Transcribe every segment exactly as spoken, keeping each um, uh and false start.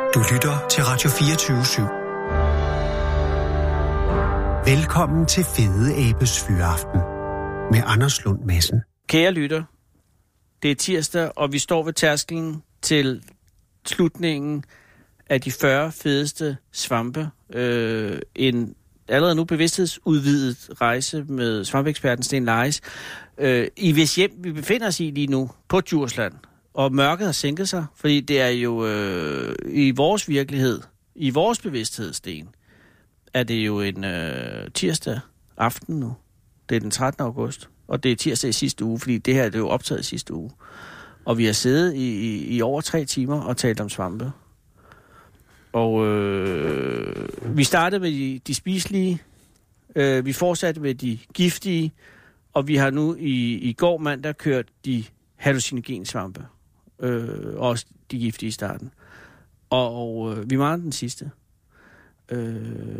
Du lytter til Radio fireogtyve syv. Velkommen til Fede Abes Fyraften med Anders Lund Madsen. Kære lytter, det er tirsdag, og vi står ved tærsklen til slutningen af de fyrre fedeste svampe. Øh, en allerede nu bevidsthedsudvidet rejse med svampeeksperten Sten Leis. Øh, I hvis hjem, vi befinder os i lige nu, på Djursland, og mørket har sænket sig, fordi det er jo øh, i vores virkelighed, i vores bevidsthed, Sten, er det jo en øh, tirsdag aften nu. Det er den trettende august, og det er tirsdag i sidste uge, fordi det her det er jo optaget i sidste uge. Og vi har siddet i, i, i over tre timer og talt om svampe. Og øh, vi startede med de, de spiselige, øh, vi fortsatte med de giftige, og vi har nu i, i går mandag kørt de hallucinogene svampe. Øh, også de giftige i starten. Og, og øh, vi mangler den sidste. Øh,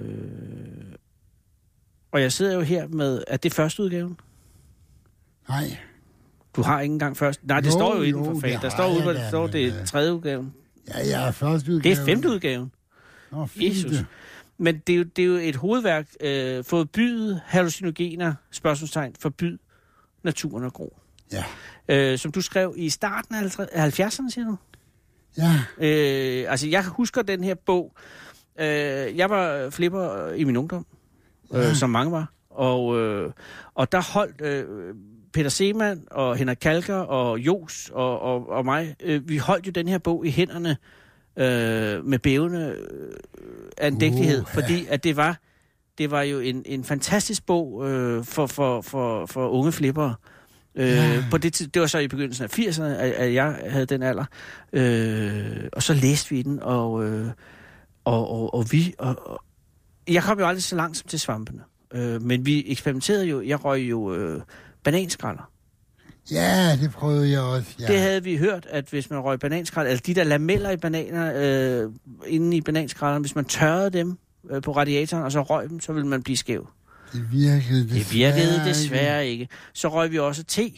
og jeg sidder jo her med, er det første udgaven? Nej. Du har ikke engang først. Nej, det jo, står jo inden jo, for fag. Der står ude, hvor det står, det er tredje udgaven. Ja, jeg er første udgaven. Det er femte udgaven. Nå, femte. Jesus. Men det er, jo, det er jo et hovedværk. Øh, forbyde hallucinogener, spørgsmålstegn, forbyd naturen at gro. Ja. Øh, som du skrev i starten af halvfjerdserne, siger du? Ja. Øh, altså, jeg husker den her bog. Øh, jeg var flipper i min ungdom, ja. øh, som mange var. Og, øh, og der holdt øh, Peter Seemann og Henrik Kalker og Jos og, og, og mig, øh, vi holdt jo den her bog i hænderne øh, med bævende øh, andægtighed, uh, ja. Fordi at det var, det var jo en, en fantastisk bog øh, for, for, for, for unge flippere. Ja. Øh, på det, det var så i begyndelsen af firserne, at, at jeg havde den alder. Øh, og så læste vi den, og, øh, og, og, og vi... Og, og, jeg kom jo aldrig så langt som til svampene. Øh, men vi eksperimenterede jo. Jeg røg jo øh, bananskralder. Ja, det prøvede jeg også. Ja. Det havde vi hørt, at hvis man røg bananskralder, altså de der lameller i bananer øh, inde i bananskralderne, hvis man tørrede dem øh, på radiatoren, og så røg dem, så ville man blive skæv. Det virkede desværre Det virkede desværre ikke. ikke. Så røg vi også te.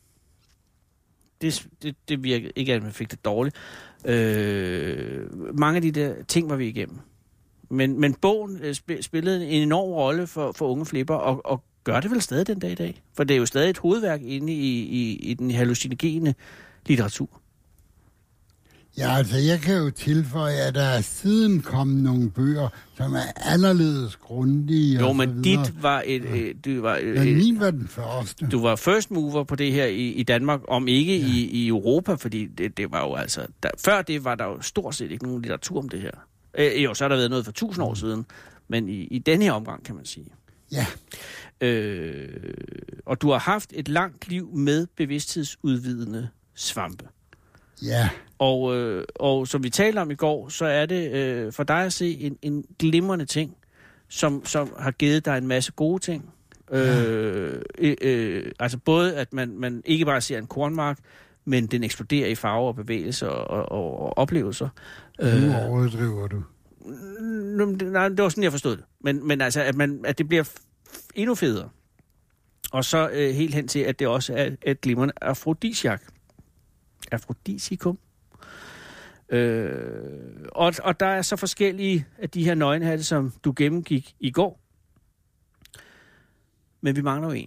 Det, det, det virkede ikke, at man fik det dårligt. Øh, mange af de der ting var vi igennem. Men, men bogen spillede en enorm rolle for, for unge flipper, og, og gør det vel stadig den dag i dag. For det er jo stadig et hovedværk inde i, i, i den hallucinogene litteratur. Ja, altså jeg kan jo tilføje, at der er siden kommet nogle bøger, som er anderledes grundige. Jo, og men så videre. dit var et... et, du var, et men min var den første. Du var first mover på det her i, i Danmark, om ikke ja. i, i Europa, fordi det, det var jo altså... Der, før det var der jo stort set ikke nogen litteratur om det her. Øh, jo, så har der været noget for tusind år siden, men i, i den her omgang, kan man sige. Ja. Øh, og du har haft et langt liv med bevidsthedsudvidende svampe. Ja. Og, øh, og som vi talte om i går, så er det øh, for dig at se en, en glimrende ting, som, som har givet dig en masse gode ting. Ja. Øh, øh, øh, altså både, at man, man ikke bare ser en kornmark, men den eksploderer i farver og bevægelser og, og, og oplevelser. Nu overdriver du. Nej, det var sådan, jeg forstod det. Men, men altså, at, man, at det bliver f- endnu federe. Og så øh, helt hen til, at det også er et glimrende afrodisiak. Afrodisikum. Øh, og, og der er så forskellige af de her nøgenhatte, som du gennemgik i går. Men vi mangler jo en.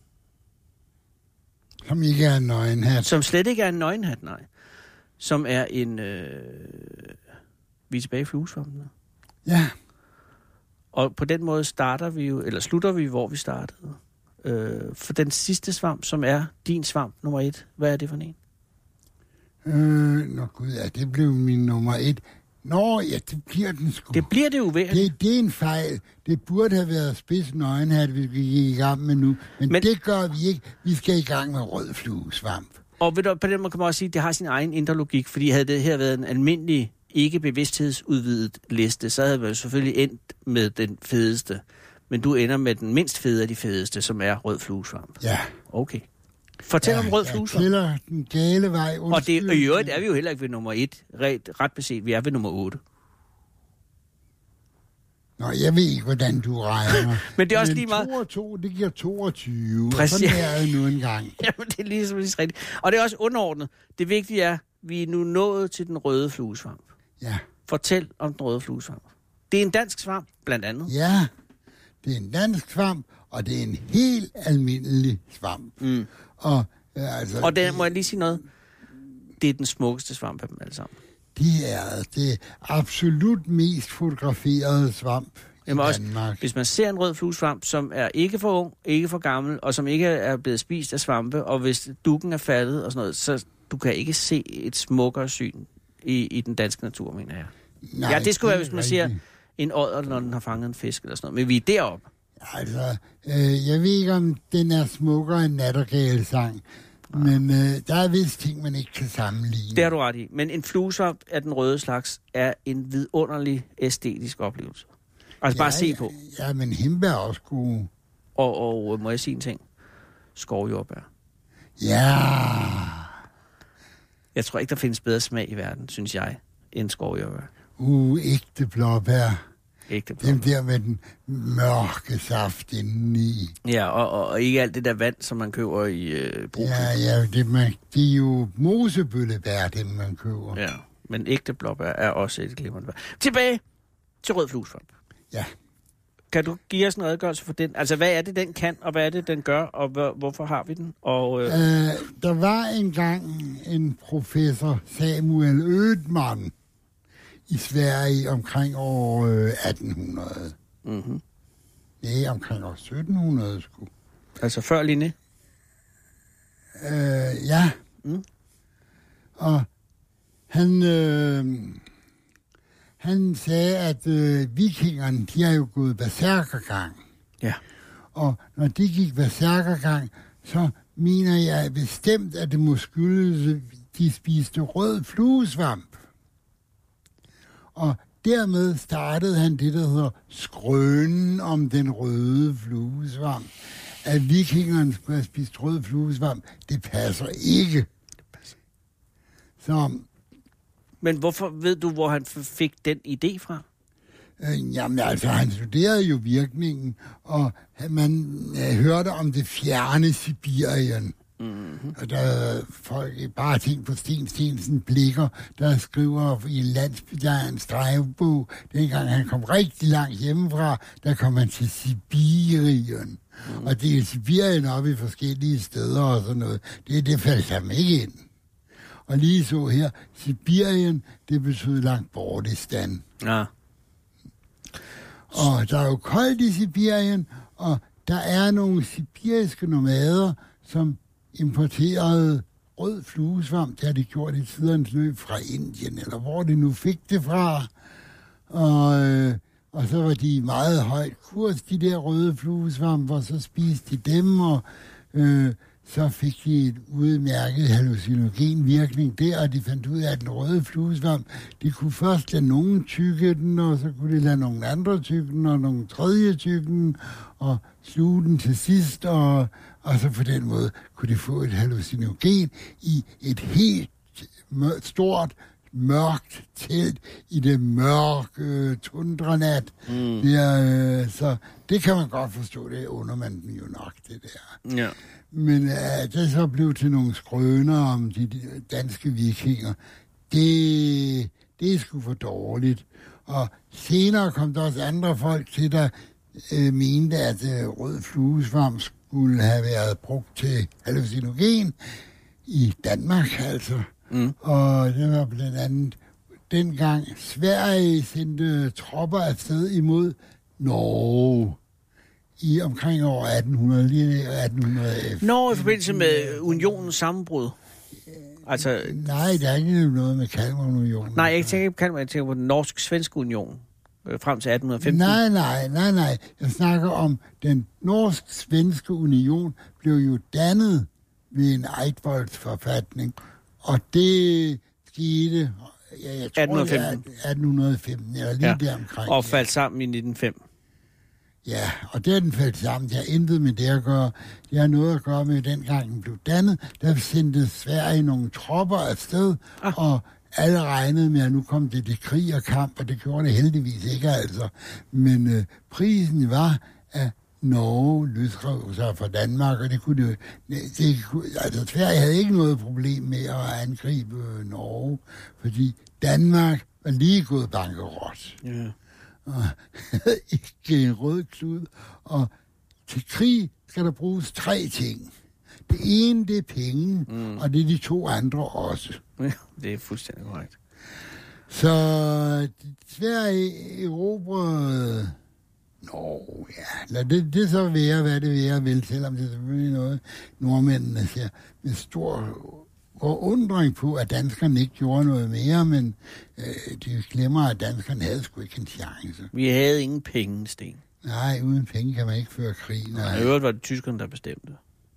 Som ikke er en nøgenhat. Som slet ikke er en nøgenhat, nej. Som er en... Øh, vi er tilbage i fluesvampen. Ja. Og på den måde starter vi jo, eller slutter vi, hvor vi startede. Øh, for den sidste svamp, som er din svamp nummer et, hvad er det for en? Øh, nå gud, ja, det blev min nummer et. Nå, ja, det bliver den sgu. Det bliver det jo ved. Det, det er en fejl. Det burde have været spids nøgenhat, hvis vi gik i gang med nu. Men, Men det gør vi ikke. Vi skal i gang med rød fluesvamp. Og ved du, på den måde kan man også sige, at det har sin egen indre logik, fordi havde det her været en almindelig, ikke bevidsthedsudvidet liste, så havde man selvfølgelig endt med den fedeste. Men du ender med den mindst fede af de fedeste, som er rød fluesvamp. Ja. Okay. Fortæl ja, om rød fluesvamp. Jeg tæller den gale vej. Og det, i øvrigt er vi jo heller ikke ved nummer et. Ret, ret beset, vi er ved nummer otte. Nå, jeg ved ikke, hvordan du regner. Men det er også Men lige meget... to og to, det giver toogtyve. Præcis. Sådan er det nu engang. Jamen, det er ligesom lige rigtigt. Og det er også underordnet. Det vigtige er, at vi er nu nået til den røde fluesvamp. Ja. Fortæl om den røde fluesvamp. Det er en dansk svamp, blandt andet. Ja, det er en dansk svamp, og det er en helt almindelig svamp. Mm. Og, øh, altså, og der må jeg lige sige noget. Det er den smukkeste svamp af dem alle sammen. Det er det absolut mest fotograferede svamp Jamen i også, Danmark. hvis man ser en rød fluesvamp, som er ikke for ung, ikke for gammel, og som ikke er blevet spist af svampe, og hvis dukken er faldet og sådan noget, så du kan ikke se et smukkere syn i, i den danske natur, mener jeg. Nej, ja, det skulle det være, hvis man rigtigt. siger en odder, når den har fanget en fisk eller sådan noget. Men vi er deroppe. Altså, øh, jeg ved ikke, om den er smukkere end nattergalesang, men øh, der er vist ting, man ikke kan sammenligne. Det har du ret i. Men en fluesvamp af den røde slags er en vidunderlig æstetisk oplevelse. Altså ja, bare se på. Ja, men himbe er også gode. Og, og må jeg sige en ting? Skovjordbær. Ja. Jeg tror ikke, der findes bedre smag i verden, synes jeg, end skovjordbær. Uh, ægte blåbær. Ægte blåbær. Dem der med den mørke saft indeni. Ja, og, og, og ikke alt det der vand, som man køber i øh, brugkøb. Ja, ja, det, man, det er jo mosebøllebær, dem man køber. Ja, men ægte blåbær er også et glimrende bær. Tilbage til rød fluesvamp. Ja. Kan du give os en redegørelse for den? Altså, hvad er det, den kan, og hvad er det, den gør, og hvor, hvorfor har vi den? Og, øh... Øh, der var engang en professor, Samuel Ödman, i Sverige omkring år øh, atten hundrede. Mm-hmm. Nej, omkring år sytten hundrede sgu. Altså før Linné? Øh, ja. Mm. Og han, øh, han sagde, at øh, vikingerne, de har jo gået berserkergang. Ja. Og når de gik berserkergang, så mener jeg bestemt, at det må skyldes, at de spiste rød fluesvamp. Og dermed startede han det, der hedder skrønen om den røde fluesvamp. At vikingerne skulle have spist rød fluesvamp, det passer ikke. Det passer. Så, Men hvorfor ved du, hvor han f- fik den idé fra? øh, jamen altså, han studerede jo virkningen, og man øh, hørte om det fjerne Sibirien. Mm-hmm. Og der er folk, bare ting på Sten Stensen Blikker, der skriver i en landsby, der er en strejfbog. Dengang han kom rigtig langt hjemmefra, der kom han til Sibirien. Mm. Og det er Sibirien oppe i forskellige steder og sådan noget. Det, det faldt ham ikke ind. Og lige så her, Sibirien, det betyder langt bort i stand. Ja. Og der er jo koldt i Sibirien, og der er nogle sibiriske nomader, som importerede rød fluesvamp. Det har de gjort i tidernes løb fra Indien, eller hvor de nu fik det fra. Og, øh, og så var de meget højt kurs, de der røde fluesvamp, og så spiste de dem, og øh, så fik de et udmærket hallucinogen virkning der, og de fandt ud af, at den røde fluesvamp, de kunne først lade nogen tykke den, og så kunne de lade nogle andre tykke den, og nogle tredje tykke den, og sluge den til sidst, og, og så på den måde kunne de få et hallucinogen i et helt mør- stort, mørkt telt i det mørke tundranat. Mm. Der, øh, så det kan man godt forstå, det under man den jo nok, det der. Ja. Men at det så blev til nogle skrøner om de danske vikinger, det, det er sgu for dårligt. Og senere kom der også andre folk til, der øh, mente, at øh, rød fluesvamp skulle have været brugt til hallucinogen i Danmark, altså. Mm. Og det var blandt andet dengang Sverige sendte tropper afsted imod Norge i omkring år atten hundrede, lige atten hundrede. Nå, i forbindelse med unionens sammenbrud. Altså, nej, der er ikke noget med Kalmarunionen. Nej, jeg tænker ikke på Kalmar, jeg tænker på den norsk-svenske union øh, frem til atten femten. Nej, nej, nej, nej. Jeg snakker om, den norsk-svenske union blev jo dannet ved en Eidsvoldsforfatning, og det skete, ja, jeg tror, atten femten. Det er atten femten, eller lige Ja, der omkring. og faldt sammen i nitten fem. Ja, og det er den faldt sammen. Det har intet med det at gøre. Det har noget at gøre med, dengang den blev dannet. Der sendte Sverige nogle tropper afsted, ah. og alle regnede med, at nu kom det til krig og kamp, og det gjorde det heldigvis ikke, altså. Men øh, prisen var, at Norge løsrev sig fra Danmark, og det kunne det, det kunne, altså Sverige havde ikke noget problem med at angribe Norge, fordi Danmark var lige gået bankerot. Ja. Og havde ikke en rød klud. Og til krig skal der bruges tre ting. Det ene, det er penge, mm. og det er de to andre også. Ja, det er fuldstændig korrekt. Så Sverige erobrede... Nå, ja, lad det, det så være, hvad det være vil, selvom det er selvfølgelig noget, nordmændene siger med stor undring på, at danskerne ikke gjorde noget mere, men øh, de glemmer, at danskerne havde sgu ikke en chance. Vi havde ingen penge, Sten. Nej, uden penge kan man ikke føre krig. Nej, I øvrigt var det tyskerne, der bestemte.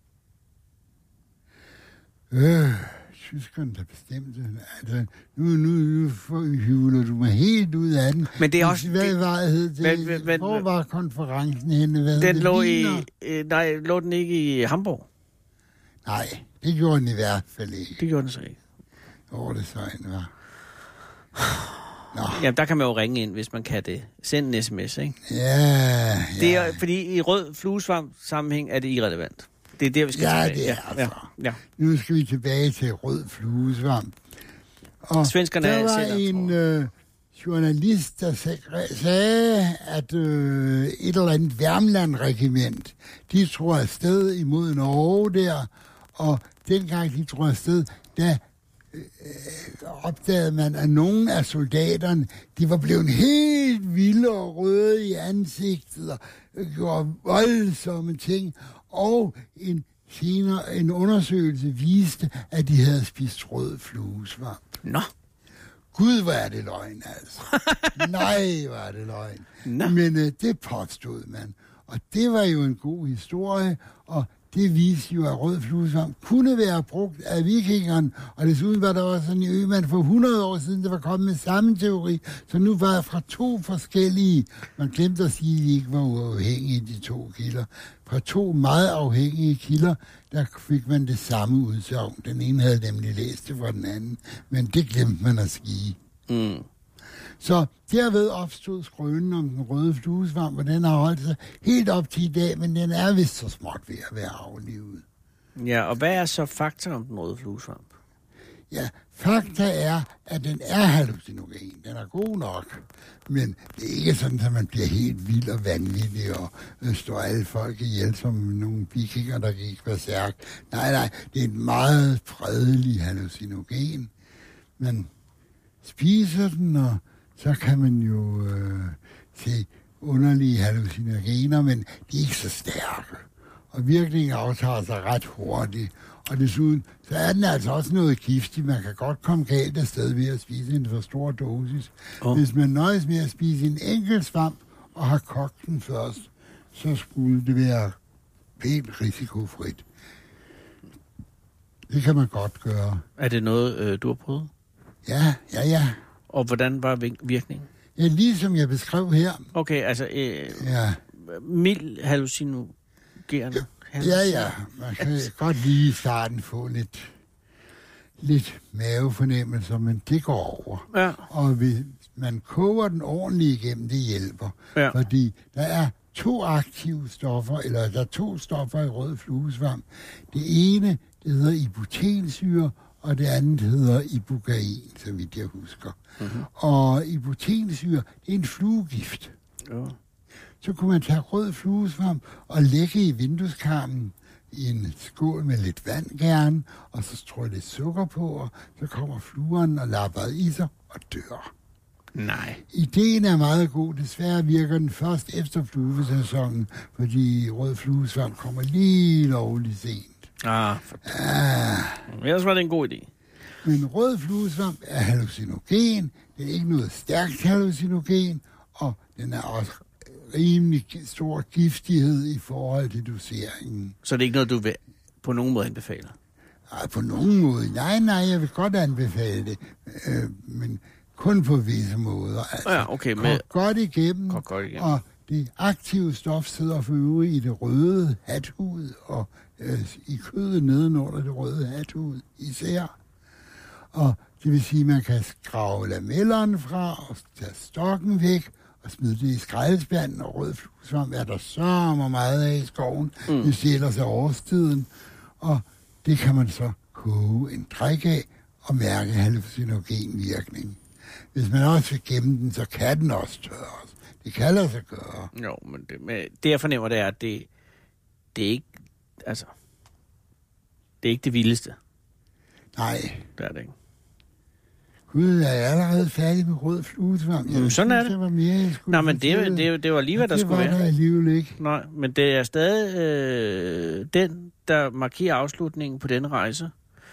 Øh, tyskerne, der bestemte. Altså, nu, nu, nu hyvler du mig helt ud af den. Men det er også... Hvad det, var det? Men, men, men, Hvor var konferencen henne? Hvad den det, lå i... Øh, nej, lå den ikke i Hamburg? Nej, det gjorde den i hvert fald ikke. Det gjorde den så ikke. Hvor det så end var. Nå. Jamen, der kan man jo ringe ind, hvis man kan det. Send en sms, ikke? Ja, ja. Det er, fordi i rød fluesvamp sammenhæng er det irrelevant. Det er der, vi skal ja, tilbage. Det er ja, altså. ja, ja. Nu skal vi tilbage til rød fluesvamp. Og svenskerne der var en øh, journalist, der sagde, at øh, et eller andet Værmland-regiment, de tror afsted imod Norge der, og dengang de tror afsted, der øh, opdagede man, at nogle af soldaterne, de var blevet helt vilde og røde i ansigtet, og gjorde voldsomme ting, og en, senere, en undersøgelse viste, at de havde spist rød fluesvamp. Nå. Gud, hvor er det løgn, altså. Nej, hvor er det løgn. Nå. Men øh, det påstod man. Og det var jo en god historie, og det viste jo, at rød fluesvamp kunne være brugt af vikingerne, og desuden var der også en ømand for hundrede år siden, der var kommet med samme teori, så nu var jeg fra to forskellige, man glemte at sige, at de ikke var uafhængige, de to kilder, fra to meget afhængige kilder, der fik man det samme udsagn. Den ene havde nemlig læst det fra den anden, men det glemte man at sige. Mm. Så derved opstod skrønen om den røde fluesvamp, og den har holdt sig helt op til i dag, men den er vist så småt ved at være aflivet. Ja, og hvad er så fakta om den røde fluesvamp? Ja, fakta er, at den er hallucinogen. Den er god nok, men det er ikke sådan, at man bliver helt vild og vanvittig og øh, står alle folk ihjel som nogle vikinger, der gik berserk. Nej, nej, det er et meget fredelig hallucinogen. Man spiser den, og så kan man jo øh, se underlige hallucinogener, men de er ikke så stærke. Og virkningen aftager sig ret hurtigt. Og desuden, så er den altså også noget giftig. Man kan godt komme galt afsted ved at spise en for stor dosis. Oh. Hvis man nøjes med at spise en enkelt svamp og har kogt den først, så skulle det være helt risikofrit. Det kan man godt gøre. Er det noget, øh, du har prøvet? Ja, ja, ja. Og hvordan var virkningen? Ja, ligesom jeg beskrev her. Okay, altså øh, ja. mild hallucinogerende. Ja, ja. Man kan godt lige i starten få lidt, lidt mavefornemmelser, men det går over. Ja. Og hvis man koger den ordentligt igennem, det hjælper. Ja. Fordi der er to aktive stoffer, eller der er to stoffer i rød fluesvamp. Det ene, det hedder ibutensyre, og det andet hedder ibogain, så vidt jeg husker. Mm-hmm. Og ibutensyre, det er en fluegift. Ja. Så kunne man tage rød fluesvamp og lægge i vindueskarmen i en skål med lidt vand gerne, og så strø lidt sukker på, og så kommer flueren og lapper i sig og dør. Nej. Ideen er meget god. Desværre virker den først efter fluesæsonen, fordi rød fluesvamp kommer lige lovligt sent. Ah, for... ah. Ellers var det en god idé. Men rød fluesvamp er hallucinogen. Det er ikke noget stærkt hallucinogen, og den er også rimelig stor giftighed i forhold til doseringen. Så det er ikke noget, du vil på nogen måde anbefale? Nej, på nogen måde. Nej, nej, jeg vil godt anbefale det. Øh, men kun på visse måder. Altså, ja, okay. Med... godt igennem, godt, godt igennem. Og det aktive stof sidder for øvrigt i det røde hathud, og øh, i kødet nedenunder det røde hathud især. Og det vil sige, at man kan grave lamellerne fra og tage stokken væk og smide det i skraldespanden, og rød fluesvamp er der så meget af i skoven. Mm. Det sjæler sig årstiden, og det kan man så koge en drik af og mærke hallucinogen virkning. hvis man også vil gemme den, så kan den også tørres. Det kan lade sig gøre. Jo, men det, men det jeg fornemmer, det er, at det, det er ikke, altså, det er ikke det vildeste. Nej. Det er det ikke. Gud, jeg er allerede færdig med rød fluesvamp. Mm, sådan er det. Der var mere, jeg skulle Nej, men det, det, det var lige, hvad der skulle være. Det var der alligevel ikke. Nej, men det er stadig øh, den, der markerer afslutningen på denne rejse.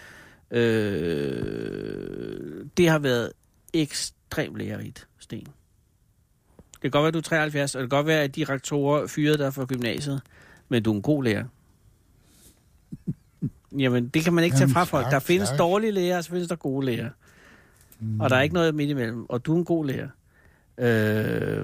Øh, det har været ekstremt lærerigt, Sten. Det kan godt være, at du er treoghalvfjerds, og det kan godt være, at de rektorer fyrede dig fra gymnasiet, men du er en god lærer. Jamen, det kan man ikke tage fra folk. Der findes tak. dårlige lærere, og så findes der gode lærere. Mm. Og der er ikke noget midt imellem. Og du er en god lærer. Øh,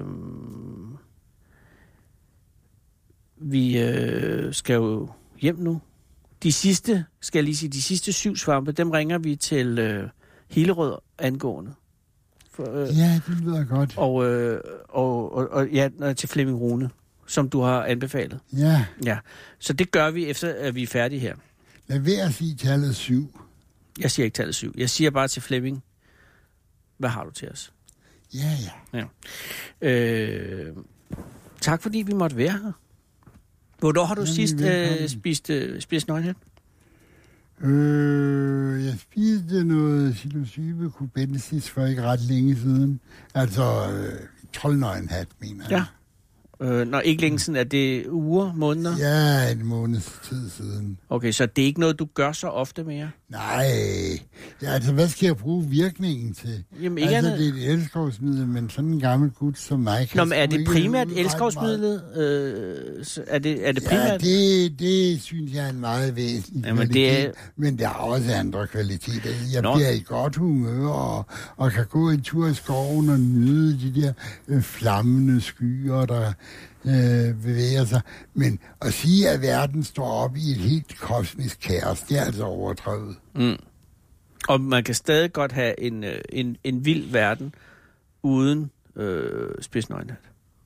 vi øh, skal jo hjem nu. De sidste, skal jeg lige sige, de sidste syv svampe, dem ringer vi til øh, Hillerød angående. For, øh, ja, det lyder godt. Og, øh, og, og, og ja, til Flemming Rune, som du har anbefalet. Ja. Ja. Så det gør vi, efter at vi er færdige her. Lad være at sige tallet syv. Jeg siger ikke tallet syv. Jeg siger bare til Flemming, hvad har du til os? Ja, ja. ja. Øh, tak fordi vi måtte være her. Hvornår har du Jamen, sidst øh, spist, øh, spist nøgenhed? Øh, jeg spiste noget psilocybe cubensis for ikke ret længe siden. Altså øh, troldnøgenhat, mener jeg. Ja. Øh, når ikke længe siden, er det uger, måneder? Ja, en måneds tid siden. Okay, så det er ikke noget, du gør så ofte mere? Nej. Ja, altså, hvad skal jeg bruge virkningen til? Jamen, ikke altså, andet... det er et elskovsmiddel, men sådan en gammel gut som mig kan... Nå, men er det primært elskovsmidlet? Øh, er, det, er det primært? Ja, det, det synes jeg er en meget væsentlig Jamen, kvalitet. det er... Men der er også andre kvaliteter. Jeg Nå. bliver i godt humør og, og kan gå en tur i skoven og nyde de der øh, flammende skyer, der øh, bevæger sig. Men at sige, at verden står op i et helt kosmisk kaos, det er altså overdrevet. Mm. Og man kan stadig godt have en, en, en vild verden uden øh, spidsnøgenhed.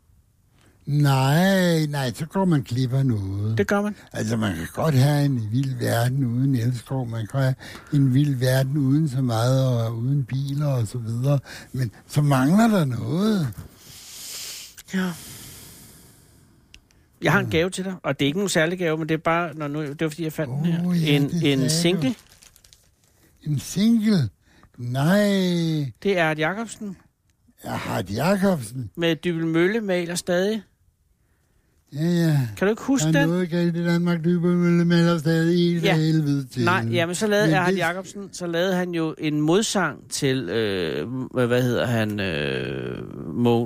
Nej, nej, så går man glip af noget. Det gør man. Altså, man kan godt have en vild verden uden elskov, man kan have en vild verden uden så meget, og uden biler og så videre, men så mangler der noget. Ja. Jeg har en gave til dig, og det er ikke nogen særlig gave, men det er bare, når nu, det var fordi, jeg fandt oh, den her. Ja, en en single. Du. En single? Nej. Det er Art Jacobsen. Art Jacobsen? Med Dybbøl Mølle maler stadig. Ja, ja. Kan du ikke huske den? Der er noget galt i Danmark, Dybbøl Mølle maler stadig helt ja. helvede til. Nej, jamen så lavede Art det... Jacobsen, så lavede han jo en modsang til, øh, hvad hedder han, øh, Mo...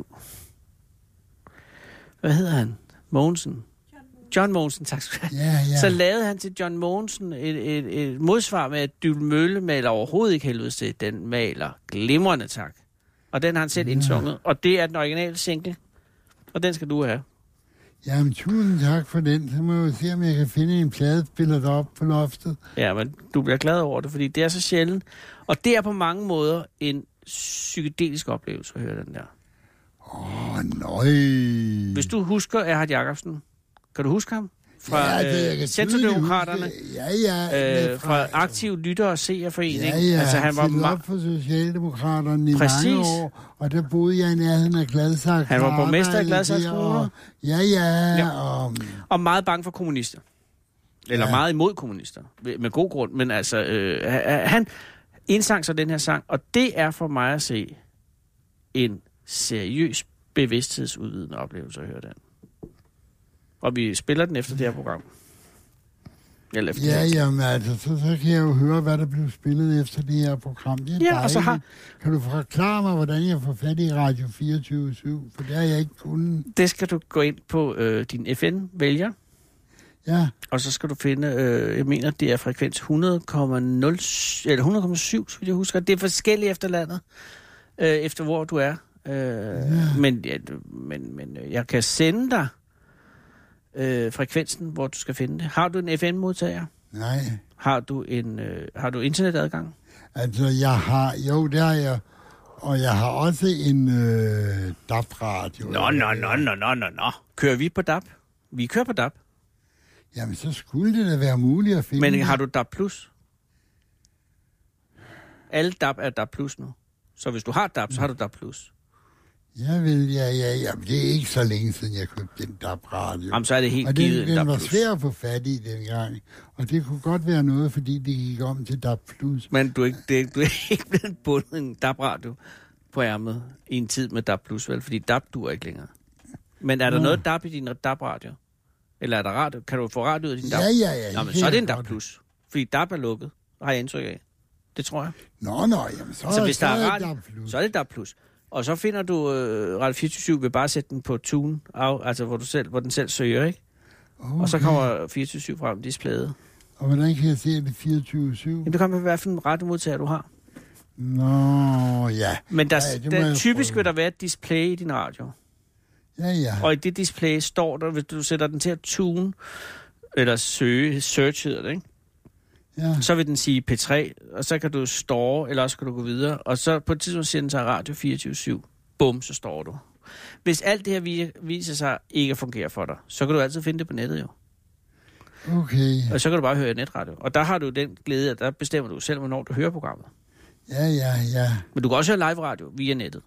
Hvad hedder han? Mogensen. John Mogensen, tak skal du have. Ja, ja. Så lavede han til John Mogensen et, et, et modsvar med, at Dybbøl Mølle maler overhovedet ikke helvede til. Den maler glimrende, tak. Og den har han selv ja. indsunget. Og det er den originale single. Og den skal du have. Jamen, tusind tak for den. Så må jeg se, om jeg kan finde en pladespiller deroppe på loftet. Ja, men du bliver glad over det, fordi det er så sjældent. Og det er på mange måder en psykedelisk oplevelse at høre den der. Åh, oh, nøj. Hvis du husker Erhard Jacobsen, kan du huske ham? Fra ja, øh, Centerdemokraterne. Ja, ja. Øh, fra Aktiv Lytter- og Seerforening. Ja, ja. Altså, han var ma- op for Socialdemokraterne i Præcis. mange år, og der boede jeg i nærheden af Gladsaxe. Han var borgmester i Gladsaxe Kommune. Ja, ja. ja. Og, og meget bange for kommunister. Eller ja. meget imod kommunister. Med god grund. Men altså, øh, han indsang så den her sang, og det er for mig at se en seriøs bevidsthedsudvidende oplevelse at høre den. Og vi spiller den efter det her program. Eller efter ja, jamen altså, så, så kan jeg jo høre, hvad der blev spillet efter det her program. Det er ja, og så har... Kan du forklare mig, hvordan jeg får fat i Radio fireogtyve syv? For det har jeg ikke kunnet. Det skal du gå ind på øh, din F M-vælger. Ja. Og så skal du finde, øh, jeg mener, det er frekvens hundrede komma nul eller hundrede komma syv, hvis jeg husker. Det er forskelligt efter landet, øh, efter hvor du er. Øh, ja. men, ja, men, men jeg kan sende dig øh, frekvensen, hvor du skal finde det. Har du en F M-modtager? Nej. Har du en øh, har du internetadgang? Altså, jeg har, jo, det har jeg, og jeg har også en øh, D A B-radio. Nå, nå, nå, nå, nå, nå, nå. Kører vi på D A B? Vi kører på D A B. Jamen, så skulle det da være muligt at finde. Men har du D A B plus? Alle D A B er D A B plus nu. Så hvis du har D A B, så har du D A B plus. Jeg vil, ja, ja, ja. Det er ikke så længe siden, jeg købte den D A B-radio. Jamen, så er det helt og givet den, en D A den B var plus. svær at få fat i dengang. Og det kunne godt være noget, fordi det gik om til D A B plus. Men du er ikke, det, du er ikke blevet bundet en D A B-radio på ærmet i en tid med D A B plus, vel? Fordi D A B duer ikke længere. Men er der Nå. noget D A B i din D A B-radio? Eller er der radio? Kan du få radio ud af din D A B? Ja, ja, ja. Nå, men det så er det kan en D A jeg B godt. plus. Fordi D A B er lukket, har jeg indtryk af. Det tror jeg. Nå, nå, jamen så, Så hvis der er det radio, D A B plus. så er det D A B plus. Og så finder du øh, Radio fireogtyve syv ved bare at sætte den på tune, af, altså hvor, du selv, hvor den selv søger, ikke? Okay. Og så kommer fireogtyve syv frem i displayet. Og hvordan kan jeg se det fireogtyve syv? Jamen, det kommer med, hvilken radiomodtager du har. Nå, ja. Men der, Ja, det må der jeg typisk prøve. vil der være et display i din radio. Ja, ja. Og i det display står der, hvis du sætter den til at tune, eller søge, search hedder det, ikke? ja. Så vil den sige P tre, og så kan du store, eller også kan du gå videre. Og så på et tidspunkt siger den til Radio fireogtyve syv. Bum, så står du. Hvis alt det her vi- viser sig ikke at fungere for dig, så kan du altid finde det på nettet jo. Okay. Og så kan du bare høre netradio. Og der har du den glæde, at der bestemmer du selv, hvornår du hører programmet. Ja, ja, ja. Men du kan også høre live radio via nettet.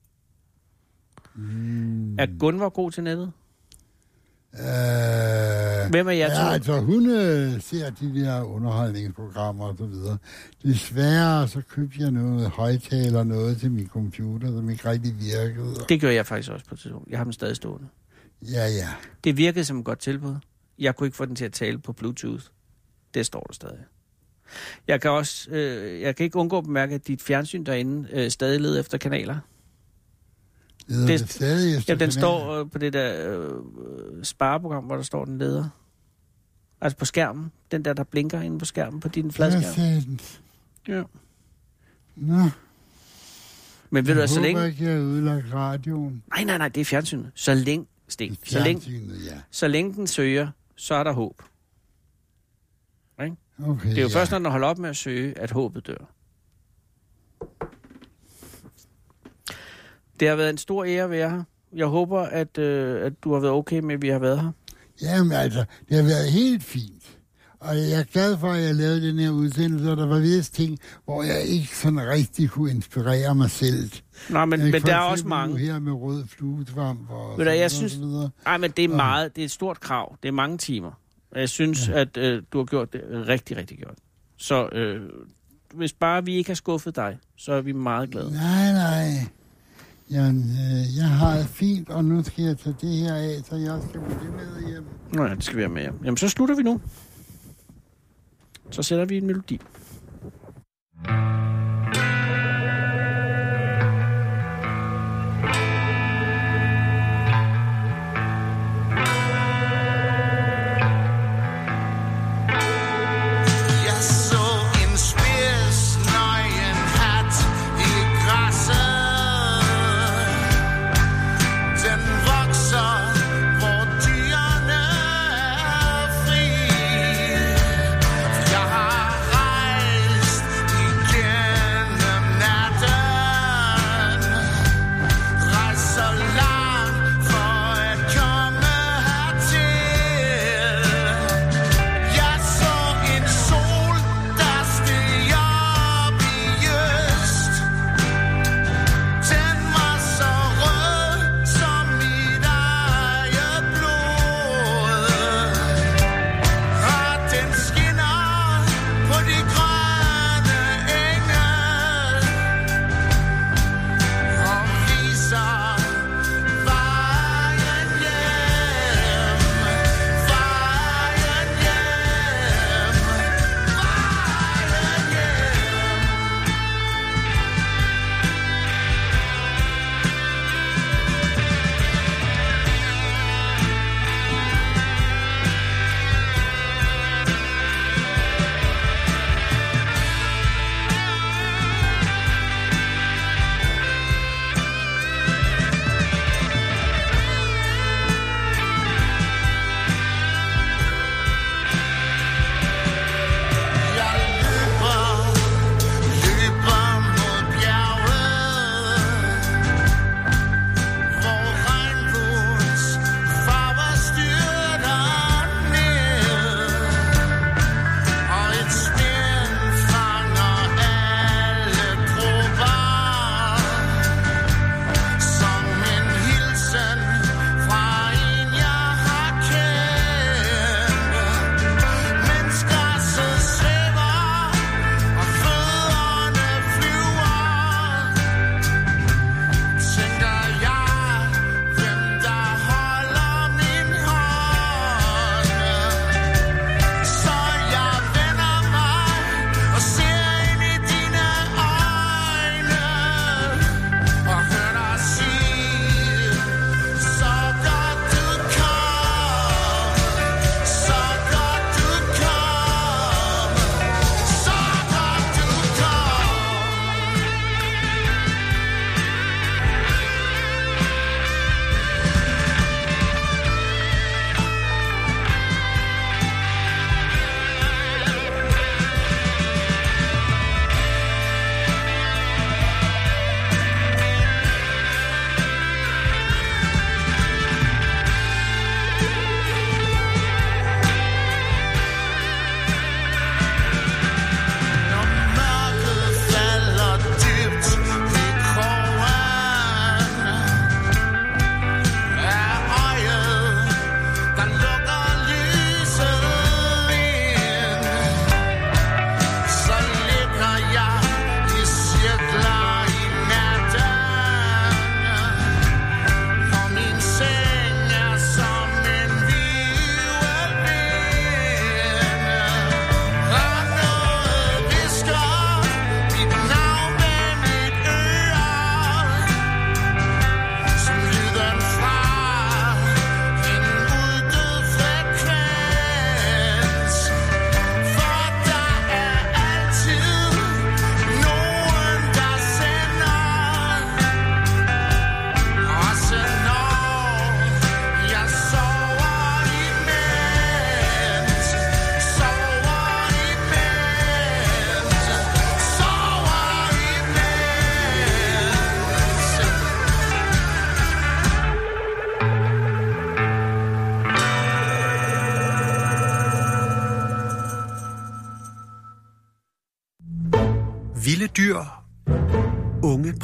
Mm. Er Gunvor god til nettet? Øh, Hvem er jer ja, to? altså hun øh, ser de der underholdningsprogrammer og så videre. Desværre så købte jeg noget højtaler, noget til min computer, som ikke rigtig virkede. Det gør jeg faktisk også på et tidspunkt. Jeg har den stadig stående. Ja, ja. Det virkede som et godt tilbud. Jeg kunne ikke få den til at tale på Bluetooth. Det står der stadig. Jeg kan også, øh, jeg kan ikke undgå at bemærke, at dit fjernsyn derinde øh, stadig leder efter kanaler. Leder Det- det stadig efter Ja, den kanal? står øh, på det der øh, spareprogram, hvor der står, den leder. Altså på skærmen. Den der, der blinker inde på skærmen på din fladskærm. Fladskærm. Ja. Nå, Men ved du, jeg at så håber længe... ikke, jeg har ødelagt radioen. Nej, nej, nej, det er fjernsynet. Så længe, Sten, så længe, Fjernsynet, ja. så længe den søger, så er der håb. Ikke? Okay, Det er jo ja. først, når den holder op med at søge, at håbet dør. Det har været en stor ære at være her. Jeg håber, at, øh, at du har været okay med, at vi har været her. Jamen altså, det har været helt fint. Og jeg er glad for, at jeg lavede den her udsendelse, og der var vist ting, hvor jeg ikke sådan rigtig kunne inspirere mig selv. Nej, men, Ikke? men For der er eksempel også mange. nu her med rød fluesvamp og Ved du, jeg så synes- videre, og så videre. Nej, men det er Ja. meget, det er et stort krav. Det er mange timer. Og jeg synes, ja. at øh, du har gjort det rigtig, rigtig godt. Så øh, hvis bare vi ikke har skuffet dig, så er vi meget glade. Nej, nej. Jamen, øh, jeg har det fint, og nu skal jeg tage det her af, så jeg skal få det med hjem. Nå ja, det skal vi have med jer. Jamen, så slutter vi nu. Så sætter vi en melodi. Jeg så en spids nøgen hat i græsset. Den vokser, hvor dyrene er fri. Jeg har rejst igennem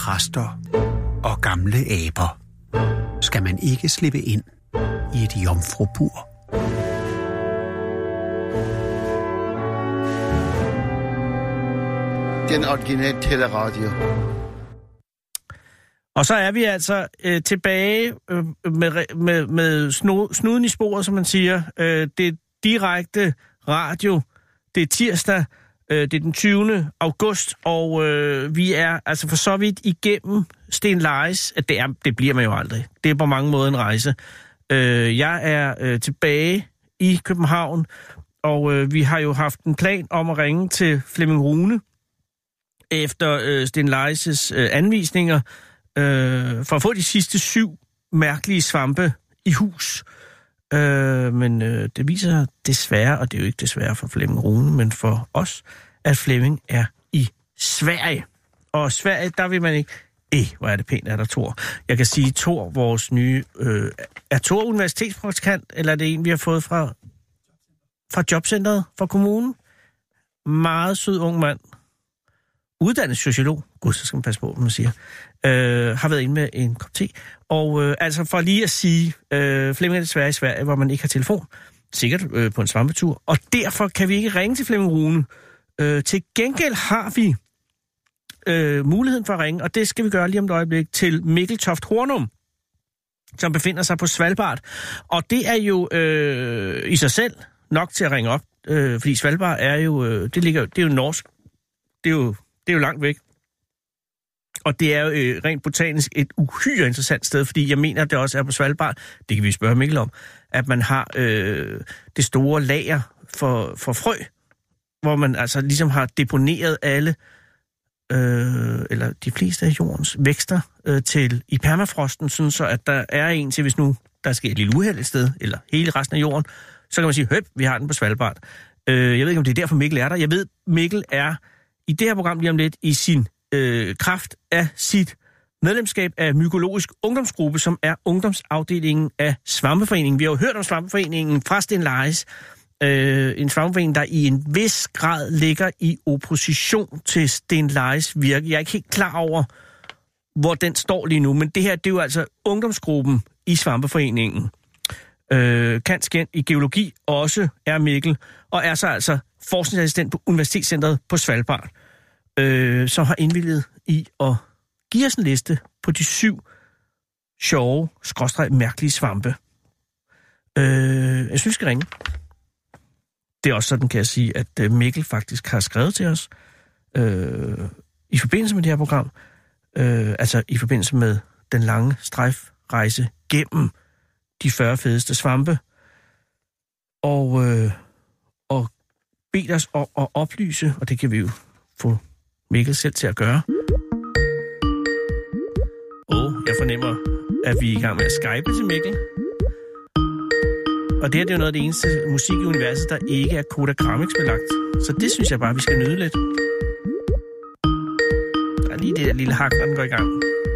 præster og gamle aber skal man ikke slippe ind i et jomfrubur. Den originale teleradio. Og så er vi altså øh, tilbage øh, med, med, med snu, snuden i sporet, som man siger. Øh, det er direkte radio. Det er tirsdag. Øh, det er den tyvende august, og øh, vi er altså for så vidt igennem Sten Lejes. At det, er, det bliver man jo aldrig. Det er på mange måder en rejse. Øh, jeg er øh, tilbage i København, og øh, vi har jo haft en plan om at ringe til Flemming Rune efter øh, Sten Lejes' øh, anvisninger, Øh, for at få de sidste syv mærkelige svampe i hus. Øh, men øh, det viser sig desværre, og det er jo ikke desværre for Flemming Rune, men for os, at Flemming er i Sverige. Og Sverige, der vil man ikke... Eh, hvor er det pænt, er der Thor. Jeg kan sige, Thor, vores nye... Øh, er Thor universitetspraktikant, eller er det en, vi har fået fra, fra jobcentret, fra kommunen? Meget sød ung mand. Uddannet sociolog. Gud, så skal man passe på, hvad man siger. Øh, har været inde med en kop te. Og øh, altså for lige at sige, øh, Flemming er desværre i Sverige, hvor man ikke har telefon. Sikkert øh, på en svampetur. Og derfor kan vi ikke ringe til Flemming Rune. Øh, til gengæld har vi øh, muligheden for at ringe, og det skal vi gøre lige om et øjeblik, til Mikkel Toft Hornum, som befinder sig på Svalbard. Og det er jo øh, i sig selv nok til at ringe op, øh, fordi Svalbard er jo, øh, det ligger, det er jo norsk. Det er jo, det er jo langt væk. Og det er jo øh, rent botanisk et uhyre interessant sted, fordi jeg mener, at det også er på Svalbard, det kan vi spørge Mikkel om, at man har øh, det store lager for, for frø, hvor man altså ligesom har deponeret alle, øh, eller de fleste af jordens vækster øh, til i permafrosten, sådan så at der er en til, hvis nu der sker et lille uheld et sted, eller hele resten af jorden, så kan man sige, høp, vi har den på Svalbard. Øh, jeg ved ikke, om det er derfor Mikkel er der. Jeg ved, Mikkel er i det her program lige om lidt i sin øh, kraft af sit medlemskab af Mykologisk Ungdomsgruppe, som er ungdomsafdelingen af Svampeforeningen. Vi har jo hørt om Svampeforeningen fra Sten Lejes. Øh, en svampeforening, der i en vis grad ligger i opposition til Sten Lejes virke. Jeg er ikke helt klar over, hvor den står lige nu, men det her, det er jo altså ungdomsgruppen i Svampeforeningen. Øh, Kanskend i geologi også er Mikkel, og er så altså forskningsassistent på Universitetscentret på Svalbard, øh, som har indvilliget i at give os en liste på de syv sjove, skråstreg mærkelige svampe. Øh, jeg synes, vi skal ringe. Det er også sådan, kan jeg sige, at Mikkel faktisk har skrevet til os øh, i forbindelse med det her program, øh, altså i forbindelse med den lange strejfrejse gennem de fyrre fedeste svampe, og, øh, og bedt os at, at oplyse, og det kan vi jo få Mikkel selv til at gøre. Og jeg fornemmer, at vi er i gang med at skype til Mikkel. Og det her, det er jo noget af det eneste musik i universet, der ikke er Kodakramix belagt. Så det synes jeg bare, vi skal nyde lidt. Der er lige det der lille hak, når den går i gang.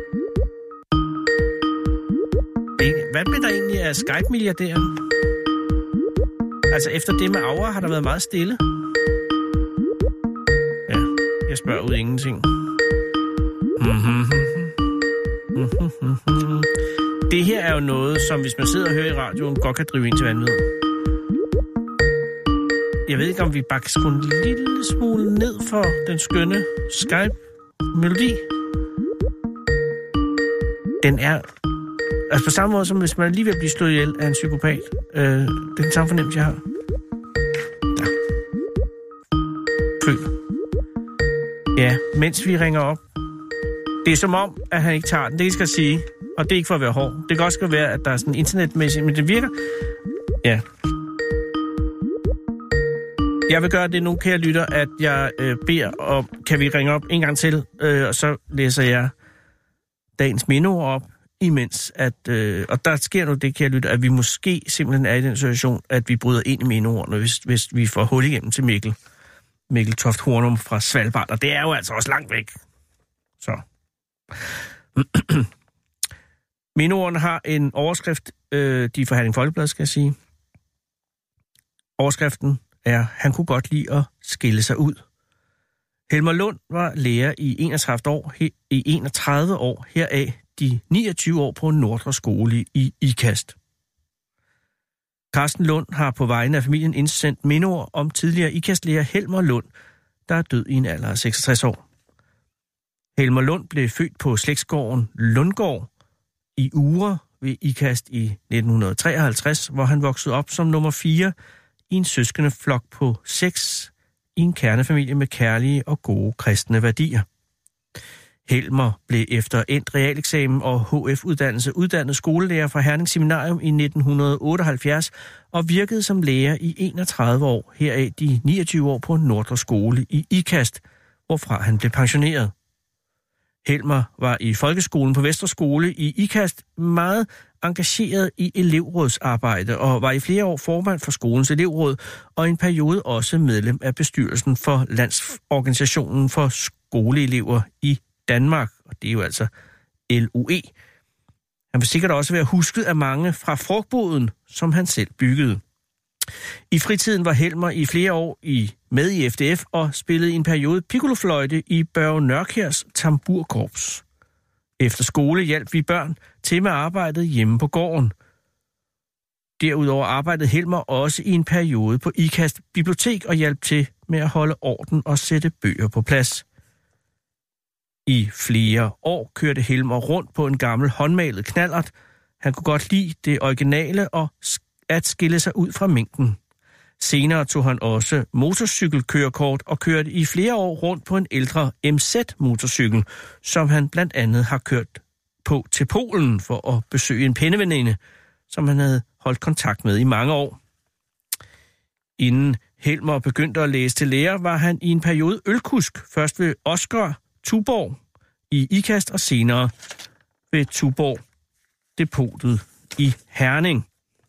Hvad blev der egentlig af Skype-milliardæren? Altså, efter det med Aura har der været meget stille. Ja, jeg spørger ud ingenting. Det her er jo noget, som hvis man sidder og hører i radioen, godt kan drive ind til vanvid. Jeg ved ikke, om vi bare kan skrue en lille smule ned for den skønne Skype-melodi. Den er... Altså på samme måde, som hvis man er lige ved at blive slået ihjel af en psykopat. Øh, det er den samme fornemmelse, jeg har. Ja. Følg. Ja, mens vi ringer op. Det er som om, at han ikke tager den. Det skal jeg sige. Og det er ikke for at være hård. Det kan også være, at der er sådan internetmæssigt, men det virker. Ja. Jeg vil gøre det nu, kære lytter, at jeg øh, beder om, kan vi ringe op en gang til, øh, og så læser jeg dagens mindeord op. Imens, at, øh, og der sker nu det, kære lytter, at vi måske simpelthen er i den situation, at vi bryder ind i mindeordene, hvis, hvis vi får hul igennem til Mikkel. Mikkel Toft Hornum fra Svalbard, og det er jo altså også langt væk. Så. Mindeordene har en overskrift, øh, de er fra Herning Folkeblad, skal jeg sige. Overskriften er, han kunne godt lide at skille sig ud. Helmer Lund var lærer i enogtredive år, he, i enogtredive år, heraf de niogtyve år på Nordre Skole i Ikast. Carsten Lund har på vegne af familien indsendt mindeord om tidligere Ikast-lærer Helmer Lund, der er død i en alder af seksogtres år. Helmer Lund blev født på slægtsgården Lundgård i Ure ved Ikast i nitten treoghalvtreds, hvor han voksede op som nummer fire i en søskende flok på seks i en kernefamilie med kærlige og gode kristne værdier. Helmer blev efter endt realeksamen og H F-uddannelse uddannet skolelærer fra Herning Seminarium i nitten otteoghalvfjerds og virkede som lærer i enogtredive år, heraf de niogtyve år på Nordre Skole i Ikast, hvorfra han blev pensioneret. Helmer var i folkeskolen på Vestre Skole i Ikast meget engageret i elevrådsarbejde og var i flere år formand for skolens elevråd og i en periode også medlem af bestyrelsen for Landsorganisationen for Skoleelever i Danmark, og det er jo altså L U E. Han vil sikkert også være husket af mange fra frugtboden, som han selv byggede. I fritiden var Helmer i flere år i, med i F D F og spillede i en periode piccolofløjte i Børge Nørkjærs tamburkorps. Efter skole hjalp vi børn til med arbejdet hjemme på gården. Derudover arbejdede Helmer også i en periode på Ikast Bibliotek og hjalp til med at holde orden og sætte bøger på plads. I flere år kørte Helmer rundt på en gammel håndmalet knallert. Han kunne godt lide det originale og at skille sig ud fra mængden. Senere tog han også motorcykelkørekort og kørte i flere år rundt på en ældre M Z-motorcykel, som han blandt andet har kørt på til Polen for at besøge en penneveninde, som han havde holdt kontakt med i mange år. Inden Helmer begyndte at læse til lærer, var han i en periode ølkusk, først ved Oscar Tuborg i Ikast og senere ved Tuborg Depotet i Herning.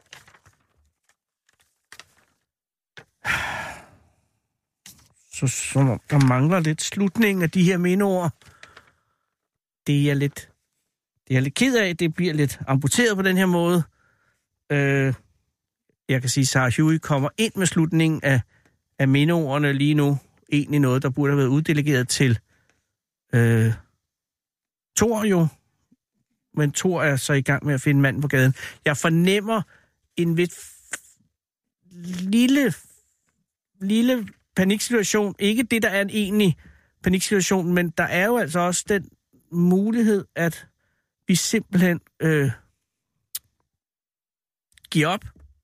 Så som om der mangler lidt slutningen af de her mindeord. Det er jeg lidt, det er jeg lidt ked af. Det bliver lidt amputeret på den her måde. Øh, jeg kan sige, at Sarah Huey kommer ind med slutningen af, af mindeordene lige nu. Egentlig noget, der burde have været uddelegeret til øh, Thor jo. Men Thor er så i gang med at finde manden på gaden. Jeg fornemmer en lidt lille, lille paniksituation. Ikke det, der er en egentlig paniksituation, men der er jo altså også den mulighed, at vi simpelthen øh, giver op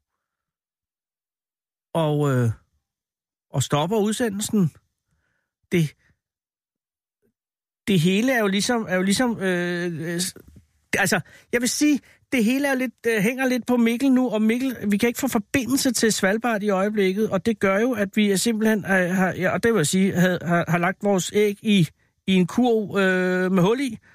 og, øh, og stopper udsendelsen. Det, det hele er jo ligesom... Er jo ligesom øh, øh, altså, jeg vil sige, det hele er lidt, øh, hænger lidt på Mikkel nu, og Mikkel, vi kan ikke få forbindelse til Svalbard i øjeblikket, og det gør jo, at vi simpelthen øh, har, ja, og det vil jeg sige, har, har, har lagt vores æg i, i en kurv øh, med hul i.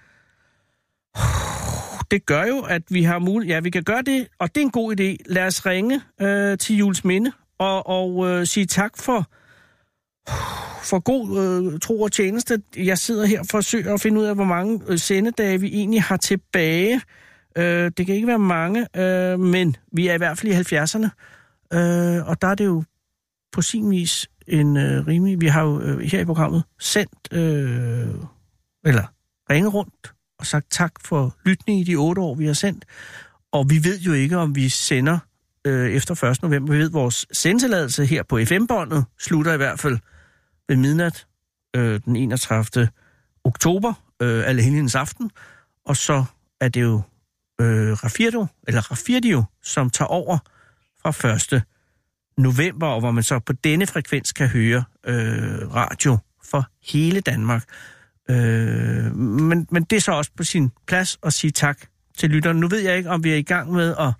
Det gør jo, at vi har mulighed, ja, vi kan gøre det, og det er en god idé. Lad os ringe øh, til Jules Minde og, og øh, sige tak for, for god øh, tro og tjeneste. Jeg sidder her og forsøger at finde ud af, hvor mange øh, sendedage vi egentlig har tilbage. Øh, det kan ikke være mange, øh, men vi er i hvert fald i halvfjerdserne, øh, og der er det jo på sin vis en øh, rimelig... Vi har jo øh, her i programmet sendt, øh, eller ringet rundt og sagt tak for lytning i de otte år, vi har sendt. Og vi ved jo ikke, om vi sender øh, efter første november. Vi ved, at vores sendtilladelse her på F M-båndet slutter i hvert fald ved midnat øh, den enogtredivte oktober, øh, Allehelgens aften. Og så er det jo øh, Rafirdio, eller Rafirdio, som tager over fra første november, og hvor man så på denne frekvens kan høre øh, radio for hele Danmark. Øh, men, men det er så også på sin plads at sige tak til lytterne. Nu ved jeg ikke, om vi er i gang med at...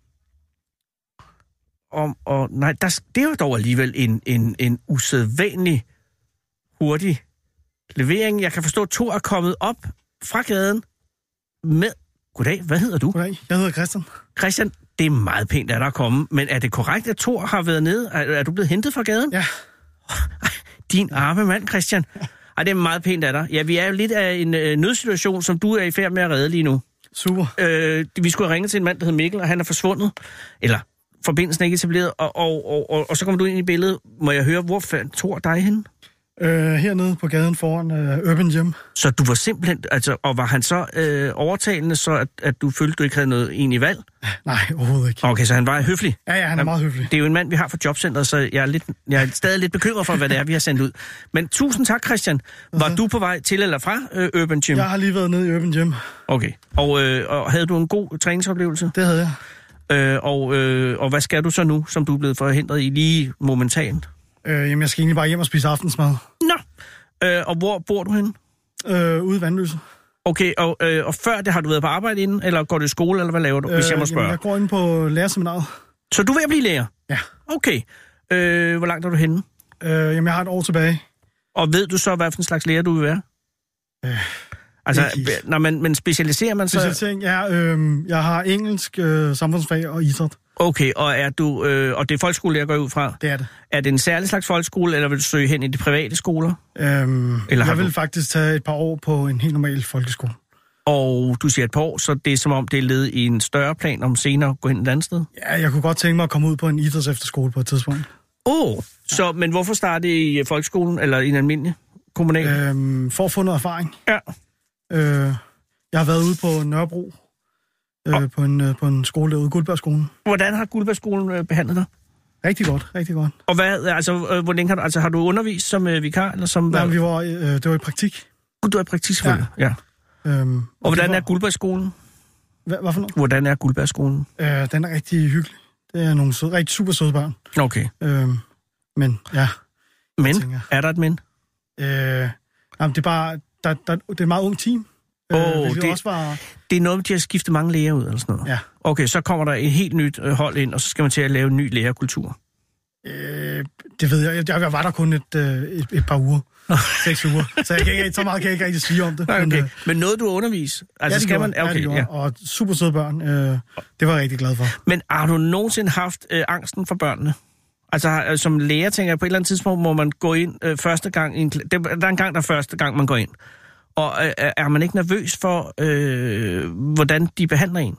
Om, og, nej, der, det er jo dog alligevel en, en, en usædvanlig hurtig levering. Jeg kan forstå, at Thor er kommet op fra gaden med... Goddag, hvad hedder du? Goddag, jeg hedder Christian. Christian, det er meget pænt, at der er kommet. Men er det korrekt, at Thor har været nede? Er, er du blevet hentet fra gaden? Ja. Ej, din arme mand, Christian. Ej, det er meget pænt af dig. Ja, vi er jo lidt af en øh, nødsituation, som du er i færd med at redde lige nu. Super. Øh, vi skulle have ringet til en mand, der hed Mikkel, og han er forsvundet. Eller forbindelsen er ikke etableret. Og, og, og, og, og så kommer du ind i billedet. Må jeg høre, hvor fandt Thor dig henne? Øh, hernede på gaden foran øh, Urban Gym. Så du var simpelthen, altså, og var han så øh, overtalende, så at, at du følte, du ikke havde noget egentlig valg? Nej, overhovedet ikke. Okay, så han var høflig? Ja, ja, han er meget høflig. Det er jo en mand, vi har fra Jobcentret, så jeg er, lidt, jeg er stadig lidt bekymret for, hvad det er, vi har sendt ud. Men tusind tak, Christian. Var okay. du på vej til eller fra øh, Urban Gym? Jeg har lige været nede i Urban Gym. Okay, og, øh, og havde du en god træningsoplevelse? Det havde jeg. Øh, og, øh, og hvad skal du så nu, som du er blevet forhindret i lige momentant? Øh, jamen, jeg skal egentlig bare hjem og spise aftensmad. Nå, øh, og hvor bor du henne? Øh, ude i Vandløse. Okay, og, øh, og før det har du været på arbejde inden, eller går du i skole, eller hvad laver du, øh, hvis jeg må spørge? Jamen, jeg går ind på lærerseminaret. Så du er ved at blive lærer? Ja. Okay. Øh, hvor langt er du henne? Øh, jamen, jeg har et år tilbage. Og ved du så, hvad for en slags lærer du vil være? Øh, altså, når man, men specialiserer man så? Specialisering, ja. Øh, jeg har engelsk, øh, samfundsfag og idræt. Okay, og er du øh, og det er folkeskolelærer, går ud fra? Det er det. Er det en særlig slags folkeskole, eller vil du søge hen i de private skoler? Øhm, eller jeg vil du... faktisk tage et par år på en helt normal folkeskole. Og du siger et par år, så det er som om, det er led i en større plan om senere at gå hen et andet sted? Ja, jeg kunne godt tænke mig at komme ud på en idrætsefterskole på et tidspunkt. Åh, oh, så, men hvorfor starte i folkeskolen, eller i en almindelig kommunal? Øhm, for at få noget erfaring. Ja. Øh, jeg har været ude på Nørrebro, øh, oh. på, en, øh, på en skole derude, Guldbergskolen. Hvordan har Guldbergskolen øh, behandlet dig? Rigtig godt, rigtig godt. Og hvad, altså, øh, hvor længe har du, altså, har du undervist som øh, vikar, eller som... Nej, vi var, øh, det var i praktik. Du er i praktik, selvfølgelig, ja. ja. Øhm, og, og hvordan var... er Guldbergskolen? Hvad, hvad for noget? Hvordan er Guldbergskolen? Øh, den er rigtig hyggelig. Det er nogle søde, rigtig super søde børn. Okay. Øhm, men, ja. Men? Tænker, er der et men? Øh, jamen, det er bare... Der, der, det er et meget ung team. Oh, øh, det, også var... det er noget, de har skiftet mange læger ud, eller sådan noget? Ja. Okay, så kommer der et helt nyt hold ind, og så skal man til at lave en ny lærerkultur? Øh, det ved jeg. Jeg var der kun et, et, et par uger. Seks uger. Så, jeg kan ikke, så meget kan jeg ikke rigtig sige om det. Okay. Men, øh, men noget, du underviser? Altså, ja, skal man... Okay, ja, ja. Og super søde børn. Øh, det var jeg rigtig glad for. Men har du nogensinde haft øh, angsten for børnene? Altså, øh, som lærer, tænker jeg, på et eller andet tidspunkt må man gå ind øh, første gang... I en, der, der er en gang, der første gang, man går ind. Og øh, er man ikke nervøs for, øh, hvordan de behandler en?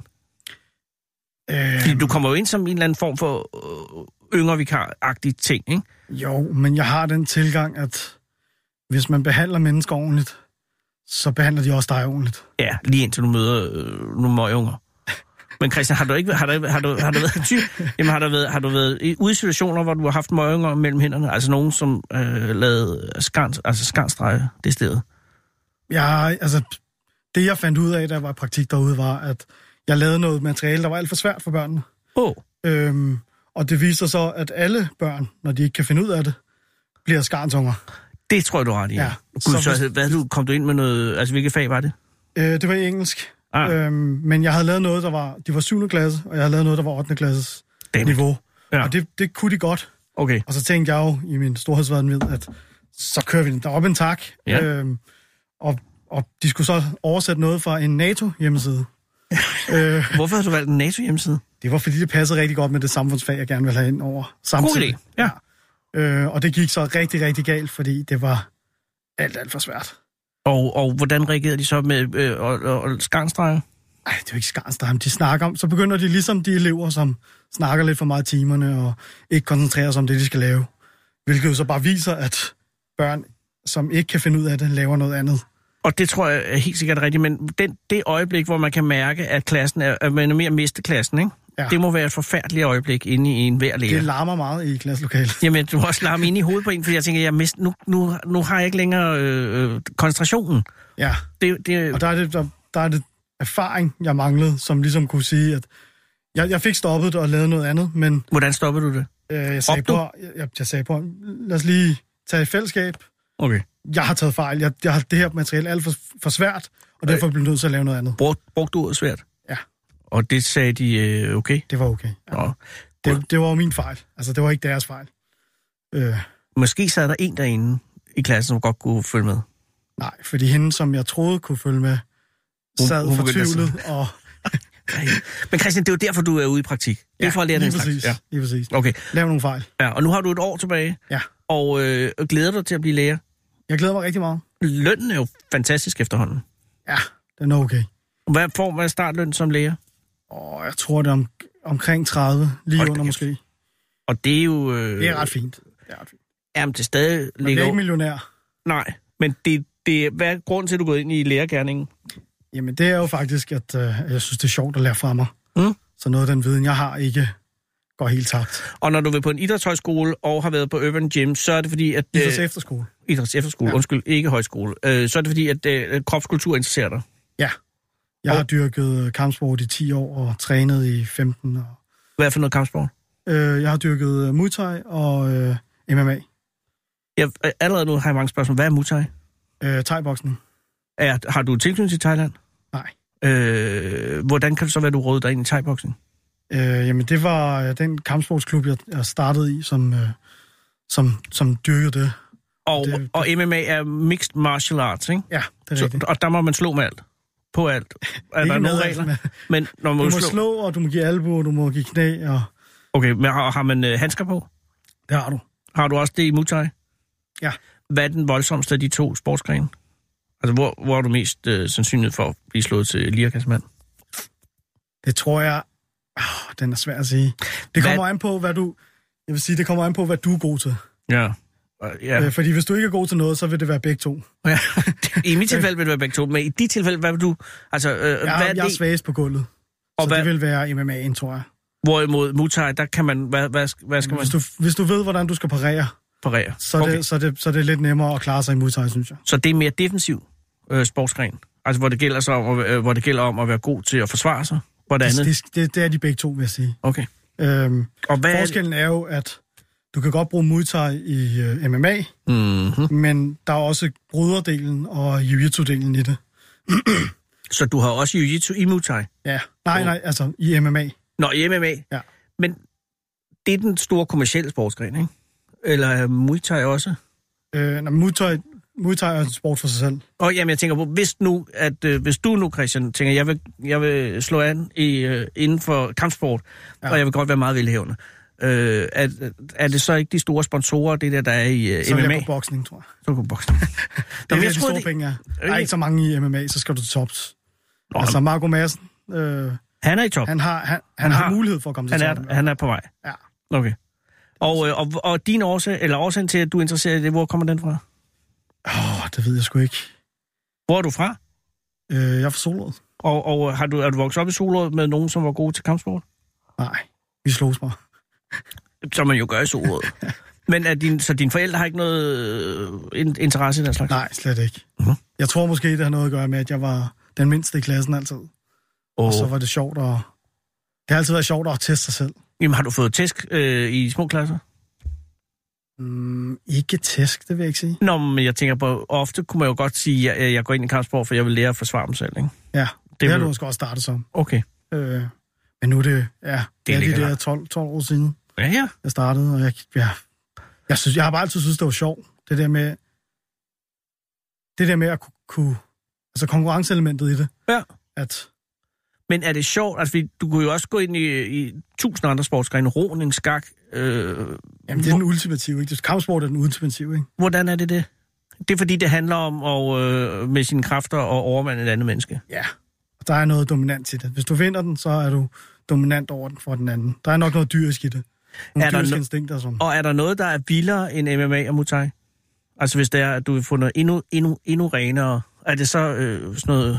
Øh, Fordi du kommer jo ind som en eller anden form for øh, yngre vikar-agtige ting, ikke? Jo, men jeg har den tilgang, at hvis man behandler mennesker ordentligt, så behandler de også dig ordentligt. Ja, lige indtil du møder øh, nogle møgunger. Men Christian, har du ikke har du, har du, har du været ty? Jamen, har du været har du været ude i situationer, hvor du har haft møgunger mellem hænderne, altså nogen som øh, lavede skarns, altså skarnstreger det sted? Ja, altså det jeg fandt ud af, da jeg var i praktik derude, var at jeg lavede noget materiale, der var alt for svært for børnene. Åh. Oh. Øhm, og det viser så, at alle børn, når de ikke kan finde ud af det, bliver skarnsunger. Det tror jeg, du har ret i. Ja. Gud, så, så hvad du kom du ind med noget, altså hvilket fag var det? Øh, det var engelsk. Ah. Øhm, men jeg havde lavet noget, der var, de var syvende klasse, og jeg havde lavet noget, der var ottende klasses Dammit. Niveau. Ja. Og det, det kunne de godt. Okay. Og så tænkte jeg jo i min storhedsverden ved, at så kører vi den derop en tak. Ja. Øhm, og, og de skulle så oversætte noget fra en NATO-hjemmeside. øh, Hvorfor havde du valgt en NATO-hjemmeside? Det var, fordi det passede rigtig godt med det samfundsfag, jeg gerne ville have ind over samtidig. Ja. Øh, og det gik så rigtig, rigtig galt, fordi det var alt, alt for svært. Og, og hvordan reagerede de så med øh, og, og, og skarnstreger? Ej, det er jo ikke skarnstreger, de snakker om. Så begynder de ligesom de elever, som snakker lidt for meget i timerne, og ikke koncentrerer sig om det, de skal lave. Hvilket jo så bare viser, at børn, som ikke kan finde ud af det, laver noget andet. Og det tror jeg er helt sikkert rigtigt, men den, det øjeblik, hvor man kan mærke, at klassen er, at man er mere miste klassen, ikke? Ja. Det må være et forfærdeligt øjeblik inde i en hver lærer. Det larmer meget i klasselokalet. Jamen, du må også larme ind i hovedet på en, fordi jeg tænker, jeg mist, nu, nu, nu har jeg ikke længere øh, koncentrationen. Ja, det, det, og der er, det, der, der er det erfaring, jeg manglede, som ligesom kunne sige, at jeg, jeg fik stoppet det og lavet noget andet, men... Hvordan stoppede du det? Øh, jeg, sagde på, jeg, jeg sagde på, lad os lige tage i fællesskab. Okay. Jeg har taget fejl. Jeg, jeg har det her materiale alt for, for svært, og derfor blev jeg nødt til at lave noget andet. Brug, brugte du ordet svært? Ja. Og det sagde de øh, okay? Det var okay. Ja. Nå. Det, det var jo min fejl. Altså, det var ikke deres fejl. Øh. Måske sad der en derinde i klassen, som godt kunne følge med. Nej, fordi hende, som jeg troede kunne følge med, sad hun, hun fortvivlet og... Men Christian, det er jo derfor, du er ude i praktik. Det er ja, for at lære den slags. Ja, lige præcis. Okay. Lav nogle fejl. Ja, og nu har du et år tilbage. Ja. Og øh, glæder dig til at blive lærer? Jeg glæder mig rigtig meget. Lønnen er jo fantastisk efterhånden. Ja, den er okay. Hvad får man startløn som lærer? Åh, jeg tror, det er om, omkring tredive, lige Hold under måske. Og det er jo... Øh, det er ret fint. Det er ret fint. Jamen, det er stadig Man bliver ligger... ikke millionær. Nej, men det, det, hvad er grunden til, at du er gået ind i lærergerningen? Jamen, det er jo faktisk, at øh, jeg synes, det er sjovt at lære fra mig. Mm. Så noget af den viden, jeg har, ikke går helt tabt. Og når du er på en idrætshøjskole og har været på Urban Gym, så er det fordi, at... Idræts efterskole. Idræts efterskole, ja. Undskyld, ikke højskole. Øh, så er det fordi, at øh, kropskultur interesserer dig. Ja. Jeg og... har dyrket kampsport i ti år og trænet i femten. Og... Hvad for noget kampsport? Øh, jeg har dyrket Muay Thai og øh, M M A. Ja, allerede nu har jeg mange spørgsmål. Hvad er Muay Thai? Øh, Thai-boksning. Er, har du tilknytning til Thailand? Nej. Øh, hvordan kan det så være, du rådede dig ind i Thai-boksning? Øh, jamen, det var øh, den kampsportsklub, jeg, jeg startede i, som, øh, som, som dyrkede det. Og, det, og M M A er mixed martial arts, ikke? Ja, det er så, rigtigt. og der må man slå med alt. På alt. Er der nogle regler? Med. Men når man du må slå... slå, og du må give albu, og du må give knæ. Og... Okay, men har, har man øh, handsker på? Det har du. Har du også det i Muay Thai? Ja. Hvad er den voldsomste af de to sportsgrene? Altså, hvor, hvor er du mest øh, sandsynlig for at blive slået til lirakassemand? Det tror jeg... Oh, den er svær at sige. Det kommer hvad? an på, hvad du... Jeg vil sige, det kommer an på, hvad du er god til. Ja. Ja. Øh, fordi hvis du ikke er god til noget, så vil det være begge to. Ja. I mit tilfælde vil det være begge to, men i dit tilfælde, hvad vil du... Altså, øh, jeg, hvad er jeg det? er svagest på gulvet, og så hvad? Det vil være M M A'en, tror jeg. Hvorimod Muay Thai, der kan man... Hvad, hvad, hvad skal hvis man... Du, hvis du ved, hvordan du skal parere, parere. Så, okay. det, så, det, så det er lidt nemmere at klare sig i Muay Thai, synes jeg. Så det er mere defensiv øh, sportsgren? Altså, hvor det, gælder så om, øh, hvor det gælder om at være god til at forsvare sig? Hvor det, det, det, det, det er de begge to, vil jeg sige. Okay. Øhm, og hvad forskellen er jo, at du kan godt bruge Muay Thai i uh, M M A, mm-hmm. men der er også bryderdelen og jiu-jitsu-delen i det. Så du har også jiu-jitsu i Muay Thai? Ja. Nej, oh. nej, altså i M M A. Nå, i M M A? Ja. Men det er den store kommercielle sportsgren, ikke? Eller er Muay Thai også? Øh, nej, Muay Thai, Muay Thai er en sport for sig selv. Og jamen, jeg tænker på, hvis nu, at øh, hvis du nu, Christian, tænker, jeg vil, jeg vil slå an i, øh, inden for kampsport, ja. Og jeg vil godt være meget velhævende. Øh, er, er det så ikke de store sponsorer, det der, der er i uh, så M M A? Så er det på boksning, tror jeg. Så er det på boksning. det er der, de store det... penge er. Der er ikke så mange i M M A, så skal du til tops. Nå, altså, Marco Madsen... Øh, han er i top? Han har, han, han, han har, har mulighed for at komme til han er, toppen. Han er på vej? Ja. Okay. Og, øh, og, og din årsag, eller årsagen til, at du er interesseret i det, hvor kommer den fra? Åh, oh, det ved jeg sgu ikke. Hvor er du fra? Øh, jeg er fra Solrød. Og, og har du, er du vokset op i Solrød med nogen, som var gode til kampsport? Nej, vi slås bare. Som man jo gør i Solrød. Men er din, så dine forældre har ikke noget øh, interesse i den slags? Nej, slet ikke. Uh-huh. Jeg tror måske, det har noget at gøre med, at jeg var den mindste i klassen altid. Oh. Og så var det sjovt at... Det har altid været sjovt at teste sig selv. Jamen, har du fået tæsk øh, i små klasser? Mm, ikke tæsk, det vil jeg ikke sige. Nå, men jeg tænker på, ofte kunne man jo godt sige, at jeg, jeg går ind i kampsport, for jeg vil lære at forsvare mig selv, ikke? Ja, det, det har vil... du også godt startet som. Okay. Øh, men nu er det... Ja, det, det er de der tolv, tolv år siden, ja, ja. jeg startede, og jeg... Ja, jeg, synes, jeg har bare altid synes det var sjovt. Det der med... Det der med at kunne... Altså konkurrenceelementet i det. Ja. At... Men er det sjovt? Altså, du kunne jo også gå ind i, i tusind andre sportsgrene. Roning, skak... Øh, Jamen, det er den ultimative, ikke? Kampsport er den ultimative, ikke? Hvordan er det det? Det er fordi, det handler om at øh, med sine kræfter og overmande et andet menneske. Ja, og der er noget dominant i det. Hvis du vinder den, så er du dominant over den for den anden. Der er nok noget dyrisk i det. Nogle er dyriske no- instinkter, som... Og er der noget, der er vildere end M M A og Muay Thai? Altså, hvis det er, at du vil få noget endnu, endnu, endnu renere... Er det så øh, sådan noget...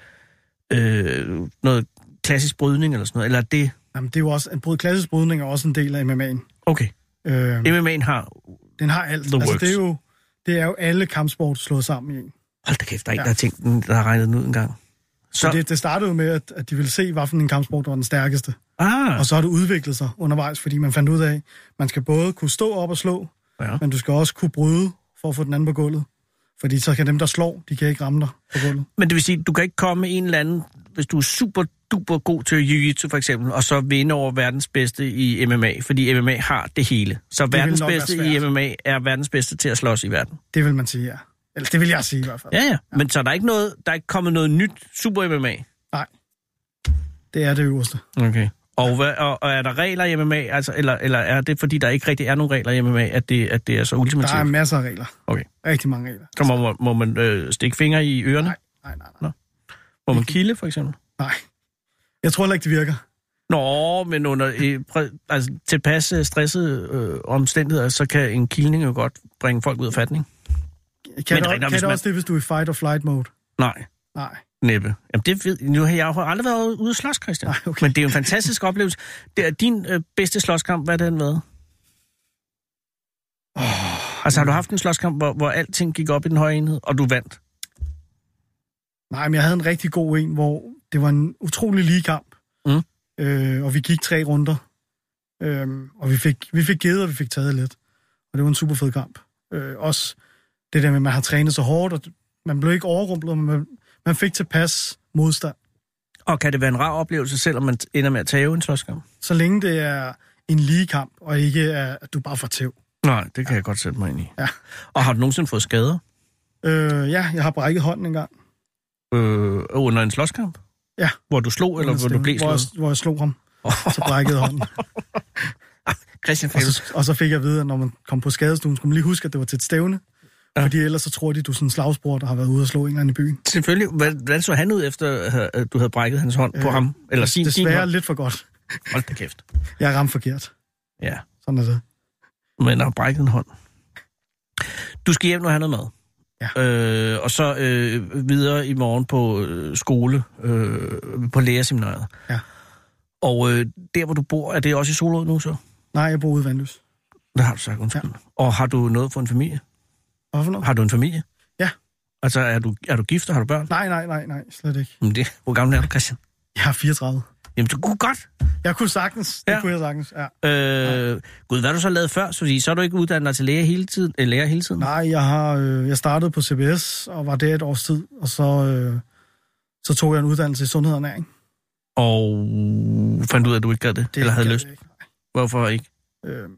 Øh, noget klassisk brydning eller sådan noget? Eller er det... Jamen, det er jo også... En klassisk brydning er også en del af M M A'en. Okay. Øh, M M A'en har... Den har alt. Altså, det er, jo, det er jo alle kampsport slået sammen i en. Hold da kæft, der er ikke, ja. der har tænkt, der har regnet den ud en gang. Så det, det startede jo med, at, at de ville se, hvad for en kampsport der var den stærkeste. Ah. Og så har det udviklet sig undervejs, fordi man fandt ud af, man skal både kunne stå op og slå, ja. Men du skal også kunne bryde for at få den anden på gulvet. Fordi så kan dem, der slår, de kan ikke ramme dig på gulvet. Men det vil sige, du kan ikke komme med en eller anden, hvis du er super duper god til jiu-jitsu for eksempel, og så vinde over verdens bedste i M M A, fordi M M A har det hele. Så det verdens bedste i M M A er verdens bedste til at slås i verden. Det vil man sige, ja. Eller det vil jeg sige i hvert fald. Ja, ja. ja. Men så er der ikke noget, der er ikke kommet noget nyt super M M A? Nej. Det er det øverste. Okay. Og, hvad, og, og er der regler i M M A, altså, eller, eller er det, fordi der ikke rigtig er nogen regler i M M A, at det, at det er så ultimativt? Der er masser af regler. Okay. Rigtig mange regler. Så må, må man øh, stikke fingre i ørerne? Nej, nej, nej. nej. Må man kilde, for eksempel? Nej. Jeg tror heller ikke, det virker. Nå, men under øh, præ, altså, tilpas stressede øh, omstændigheder, så kan en kildning jo godt bringe folk ud af fatning. Kan, Men det, rigtig nok, kan hvis det man- også det, hvis du er i fight or flight mode? Nej, Nej. næppe. Jamen, det ved, nu har jeg jo aldrig været ude at slås, Christian. Nej, okay. Men det er jo en fantastisk oplevelse. Det er din øh, bedste slåskamp, hvad har den været? Oh, altså, har du haft en slåskamp, hvor, hvor alting gik op i den høje enhed, og du vandt? Nej, men jeg havde en rigtig god en, hvor det var en utrolig lige kamp. Mm. Øh, og vi gik tre runder. Øh, og vi fik, vi fik givet, og vi fik taget lidt. Og det var en super fed kamp. Øh, også det der med, at man har trænet så hårdt, og man blev ikke overrumplet, men man, man fik tilpas modstand. Og kan det være en rar oplevelse, selvom man ender med at tage en slåskamp? Så længe det er en lige kamp, og ikke er, at du bare får tæv. Nej, det kan ja. jeg godt sætte mig ind i. Ja. Og har du nogensinde fået skader Øh, ja, jeg har brækket hånden en gang. øh, under en slåskamp? Ja. Hvor du slog, eller hvor du blev hvor slået? jeg, hvor jeg slog ham, så brækkede hånden. Christian Og Fælles. så, og så fik jeg at vide, at når man kom på skadestuen, skulle man lige huske, at det var til et stævne. Ja. Ja. Fordi ellers så tror de, du er sådan en slagsbror, der har været ude og slå en eller anden i byen. Selvfølgelig. Hvordan så han ud efter, at du havde brækket hans hånd øh, på ham? Eller sin, din Desværre hånd? lidt for godt. Hold da kæft. Jeg er ramt forkert. Ja, Sådan er det. men har brækket en hånd. Du skal hjem, når han er mad. Ja. Øh, og så øh, videre i morgen på øh, skole, øh, på lægerseminariet. Ja. Og øh, der, hvor du bor, er det også i Solrød nu så? Nej, jeg bor ude i Vandløs. Det har du sagt, undskyld. Ja. Og har du noget for en familie? Hvad for noget? Har du en familie? Ja. Altså, er du, er du gift og har du børn? Nej, nej, nej, nej, slet ikke. Men det, hvor gammel er du, Christian? Jeg har fireogtredive. Jamen, du kunne godt. Jeg kunne sagtens. Det Ja. kunne jeg sagtens, ja. Øh, Gud, hvad har du så lavet før? Fordi så er du ikke uddannet dig til læge hele tiden, eller lærer hele tiden? Nej, jeg har øh, jeg startede på C B S og var der et års tid, og så, øh, så tog jeg en uddannelse i sundhed og ernæring. Og fandt ud af, at du ikke gad det? Det eller havde gad lyst? jeg ikke. Hvorfor ikke? Øh,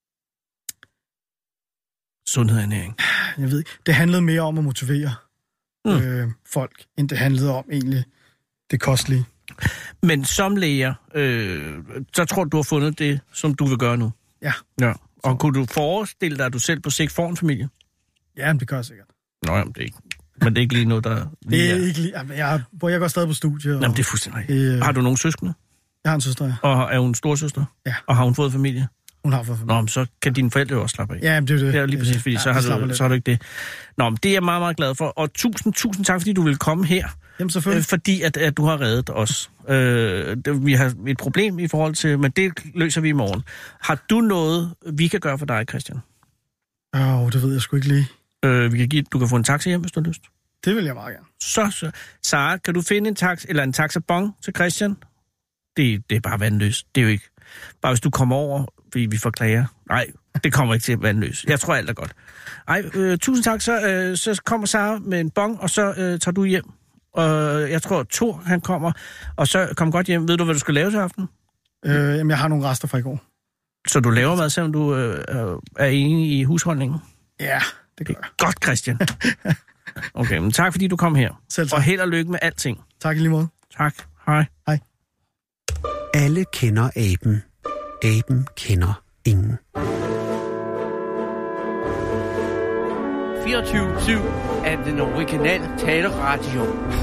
Sundhed og ernæring. jeg ved ikke. Det handlede mere om at motivere Mm. øh, folk, end det handlede om egentlig det kostelige. Men som læger, øh, så tror du, du har fundet det, som du vil gøre nu? Ja. Ja. Og kunne du forestille dig, at du selv på sigt får en familie? Ja, men det gør jeg sikkert. Nå, jamen, det er ikke. Men det er ikke lige noget, der lige Det er er. ikke lige... Jamen, jeg, hvor jeg går stadig på studie. Og, Jamen, det er fuldstændig rigtigt. øh, Har du nogen søskende? Jeg har en søster, ja. Og er hun storsøster? Ja. Og har hun fået familie? Hun har fået Nå, familie. men så kan dine forældre jo også slappe af. Ja, men det er jo det. Det er jo lige præcis, fordi ja, så, har de slapper du, lidt. så har du ikke det. Nå, men det er jeg meget, meget glad for. Og tusind, tusind tak, fordi du vil komme her. Jamen Øh, selvfølgelig. fordi at, at du har reddet os. Øh, det, vi har et problem i forhold til, men det løser vi i morgen. Har du noget, vi kan gøre for dig, Christian? Åh, oh, det ved jeg sgu ikke lige. Øh, vi kan give, du kan få en taxa hjem, hvis du har lyst. Det vil jeg meget gerne. Så, så. Sara, kan du finde en taxa, eller en taxabon til Christian? Det, det er bare vandløst. Det er jo ikke. Bare hvis du kommer over, fordi vi får klager. Nej, det kommer ikke til at vandløs. Jeg tror, alt er godt. Ej, øh, tusind tak. Så, øh, så kommer Sara med en bong, og så øh, tager du hjem. Og jeg tror, Thor, han kommer, og så kom godt hjem. Ved du, hvad du skal lave til aften? Øh, jamen, jeg har nogle rester fra i går. Så du laver mad, selvom du øh, er enig i husholdningen? Ja, det gør jeg. Godt, Christian. Okay, men tak fordi du kom her. Selv tak. Og held og lykke med alting. Tak i lige måde. Tak. Hej. Hej. Alle kender aben. Aben kender ingen. fireogtyve syv er den originale taleradio.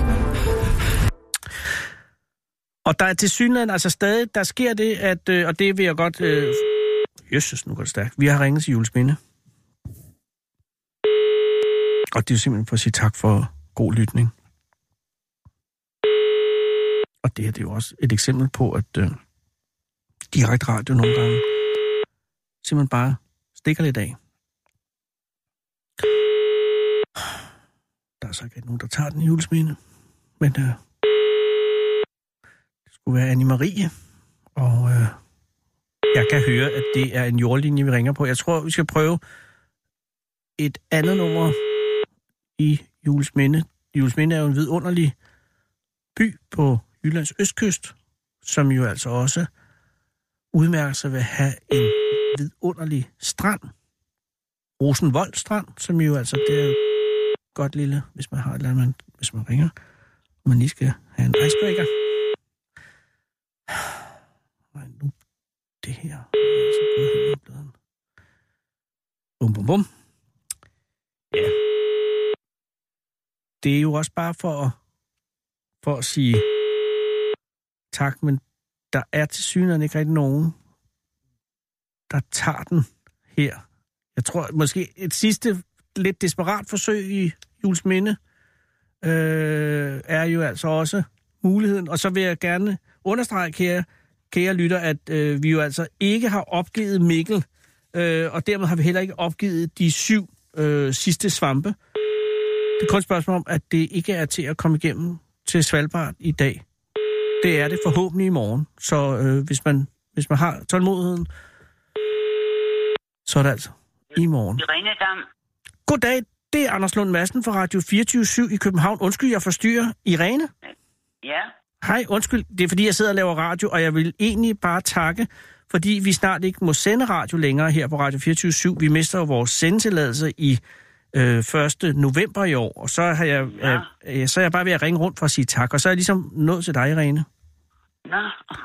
Og der er til synligheden, altså stadig, der sker det, at, øh, og det vil jeg godt... Øh, Jesus, nu går det stærkt. Vi har ringet til Julesminde. Og det er jo simpelthen for at sige tak for god lytning. Og det her det er jo også et eksempel på, at øh, direkte radio nogle gange simpelthen bare stikker lidt af. Der er så ikke nogen, der tager den i Julesminde. Men øh, det skulle være Anne-Marie. Og øh, jeg kan høre, at det er en jordlinje, vi ringer på. Jeg tror, vi skal prøve et andet nummer i Julesminde. Julesminde er jo en vidunderlig by på Jyllands østkyst, som jo altså også udmærker sig ved at have en vidunderlig strand. Rosenvold Strand, som jo altså, det er jo godt lille, hvis man har et eller andet, hvis man ringer, og man lige skal have en icebreaker. Nej, nu det her. Det er altså gået helt op bladen. Bum, bum, bum. Ja. Det er jo også bare for at, for at sige tak, men der er til synligheden ikke rigtig nogen, der tager den her. Jeg tror måske et sidste lidt desperat forsøg i Juelsminde øh, er jo altså også muligheden. Og så vil jeg gerne understrege, kære, kære lytter, at øh, vi jo altså ikke har opgivet Mikkel, øh, og dermed har vi heller ikke opgivet de syv øh, sidste svampe. Det er kun et spørgsmål om, at det ikke er til at komme igennem til Svalbard i dag. Det er det forhåbentlig i morgen. Så øh, hvis, man, hvis man har tålmodigheden, så er det altså i morgen. Goddag, det er Anders Lund Madsen fra Radio fireogtyve syv i København. Undskyld, jeg forstyrrer. Irene? Ja. Hej, undskyld. Det er fordi, jeg sidder og laver radio, og jeg vil egentlig bare takke, fordi vi snart ikke må sende radio længere her på Radio fireogtyve syv. Vi mister jo vores sendetilladelse i øh, første november i år, og så har jeg, ja. øh, så er jeg bare ved at ringe rundt for at sige tak, og så er jeg ligesom nået til dig, Irene. Nå.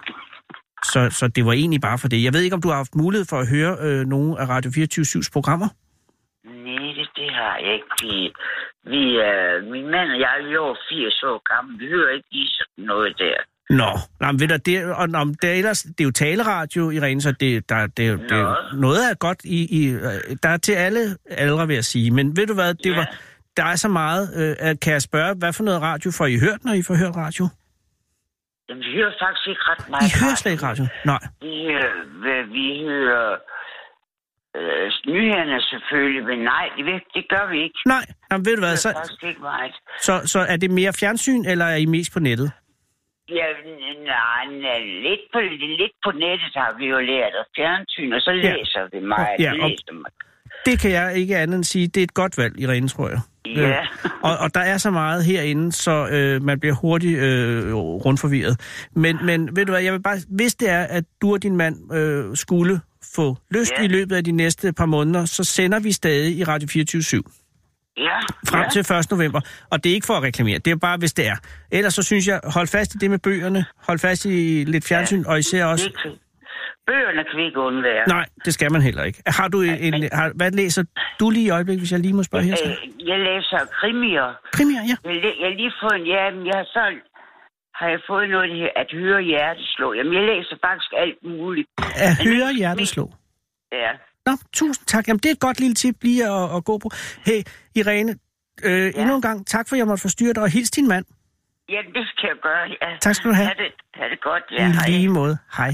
Så, så det var egentlig bare for det. Jeg ved ikke, om du har haft mulighed for at høre øh, nogle af Radio fireogtyve syvs programmer? Nej, det, det har jeg ikke. Vi, vi, øh, min mand og jeg er jo over firs år gammel. Vi hører ikke lige sådan noget der. Nå, nå men ved du, det, og, og, det, er ellers, det er jo taleradio, Irene, så det, der, det, det, det, noget er godt i, i... Der er til alle aldre, vil jeg sige. Men ved du hvad, det ja. var, der er så meget... Øh, kan jeg spørge, hvad for noget radio får I hørt, når I får hørt radio? Jamen, vi hører faktisk ikke ret meget. I hører slet ikke radio? Nej. Vi, øh, vi hører øh, nyhederne selvfølgelig, men nej, det, det gør vi ikke. Nej, jamen, ved du hvad, så, ikke meget. så, så er det mere fjernsyn, eller er I mest på nettet? Ja, nej, nej lidt, på, lidt på nettet har vi jo lært at fjernsyn, og så ja. læser vi meget. Ja, og det kan jeg ikke andet end sige, det er et godt valg, Irene, tror jeg. Ja. Øh, og, og der er så meget herinde, så øh, man bliver hurtigt øh, rundforvirret. Men, men ved du hvad, jeg vil bare, hvis det er, at du og din mand øh, skulle få lyst ja. i løbet af de næste par måneder, så sender vi stadig i Radio fireogtyve syv. Ja. Frem ja. til første november. Og det er ikke for at reklamere, det er bare, hvis det er. Ellers så synes jeg, hold fast i det med bøgerne, hold fast i lidt fjernsyn, ja. og især også... Bøgerne kan vi ikke undvære. Nej, det skal man heller ikke. Har du en... Har, hvad læser du lige i øjeblikket, hvis jeg lige må spørge her? Øh, jeg læser krimier. Krimier, ja. Jeg, jeg har lige fået en... Ja, men jeg har så... Har jeg fået noget her, at høre hjertet slå. Jamen, jeg læser faktisk alt muligt. At men høre hjertet slå? Ja. Nå, tusind tak. Jamen, det er et godt lille tip lige at, at gå på. Hey, Irene, øh, ja. endnu en gang tak for, at jeg måtte forstyrre dig, og hils din mand. Ja, det skal jeg gøre, ja. Tak skal du have. Ha' det, ha' det godt, ja. I hej. lige måde. Hej.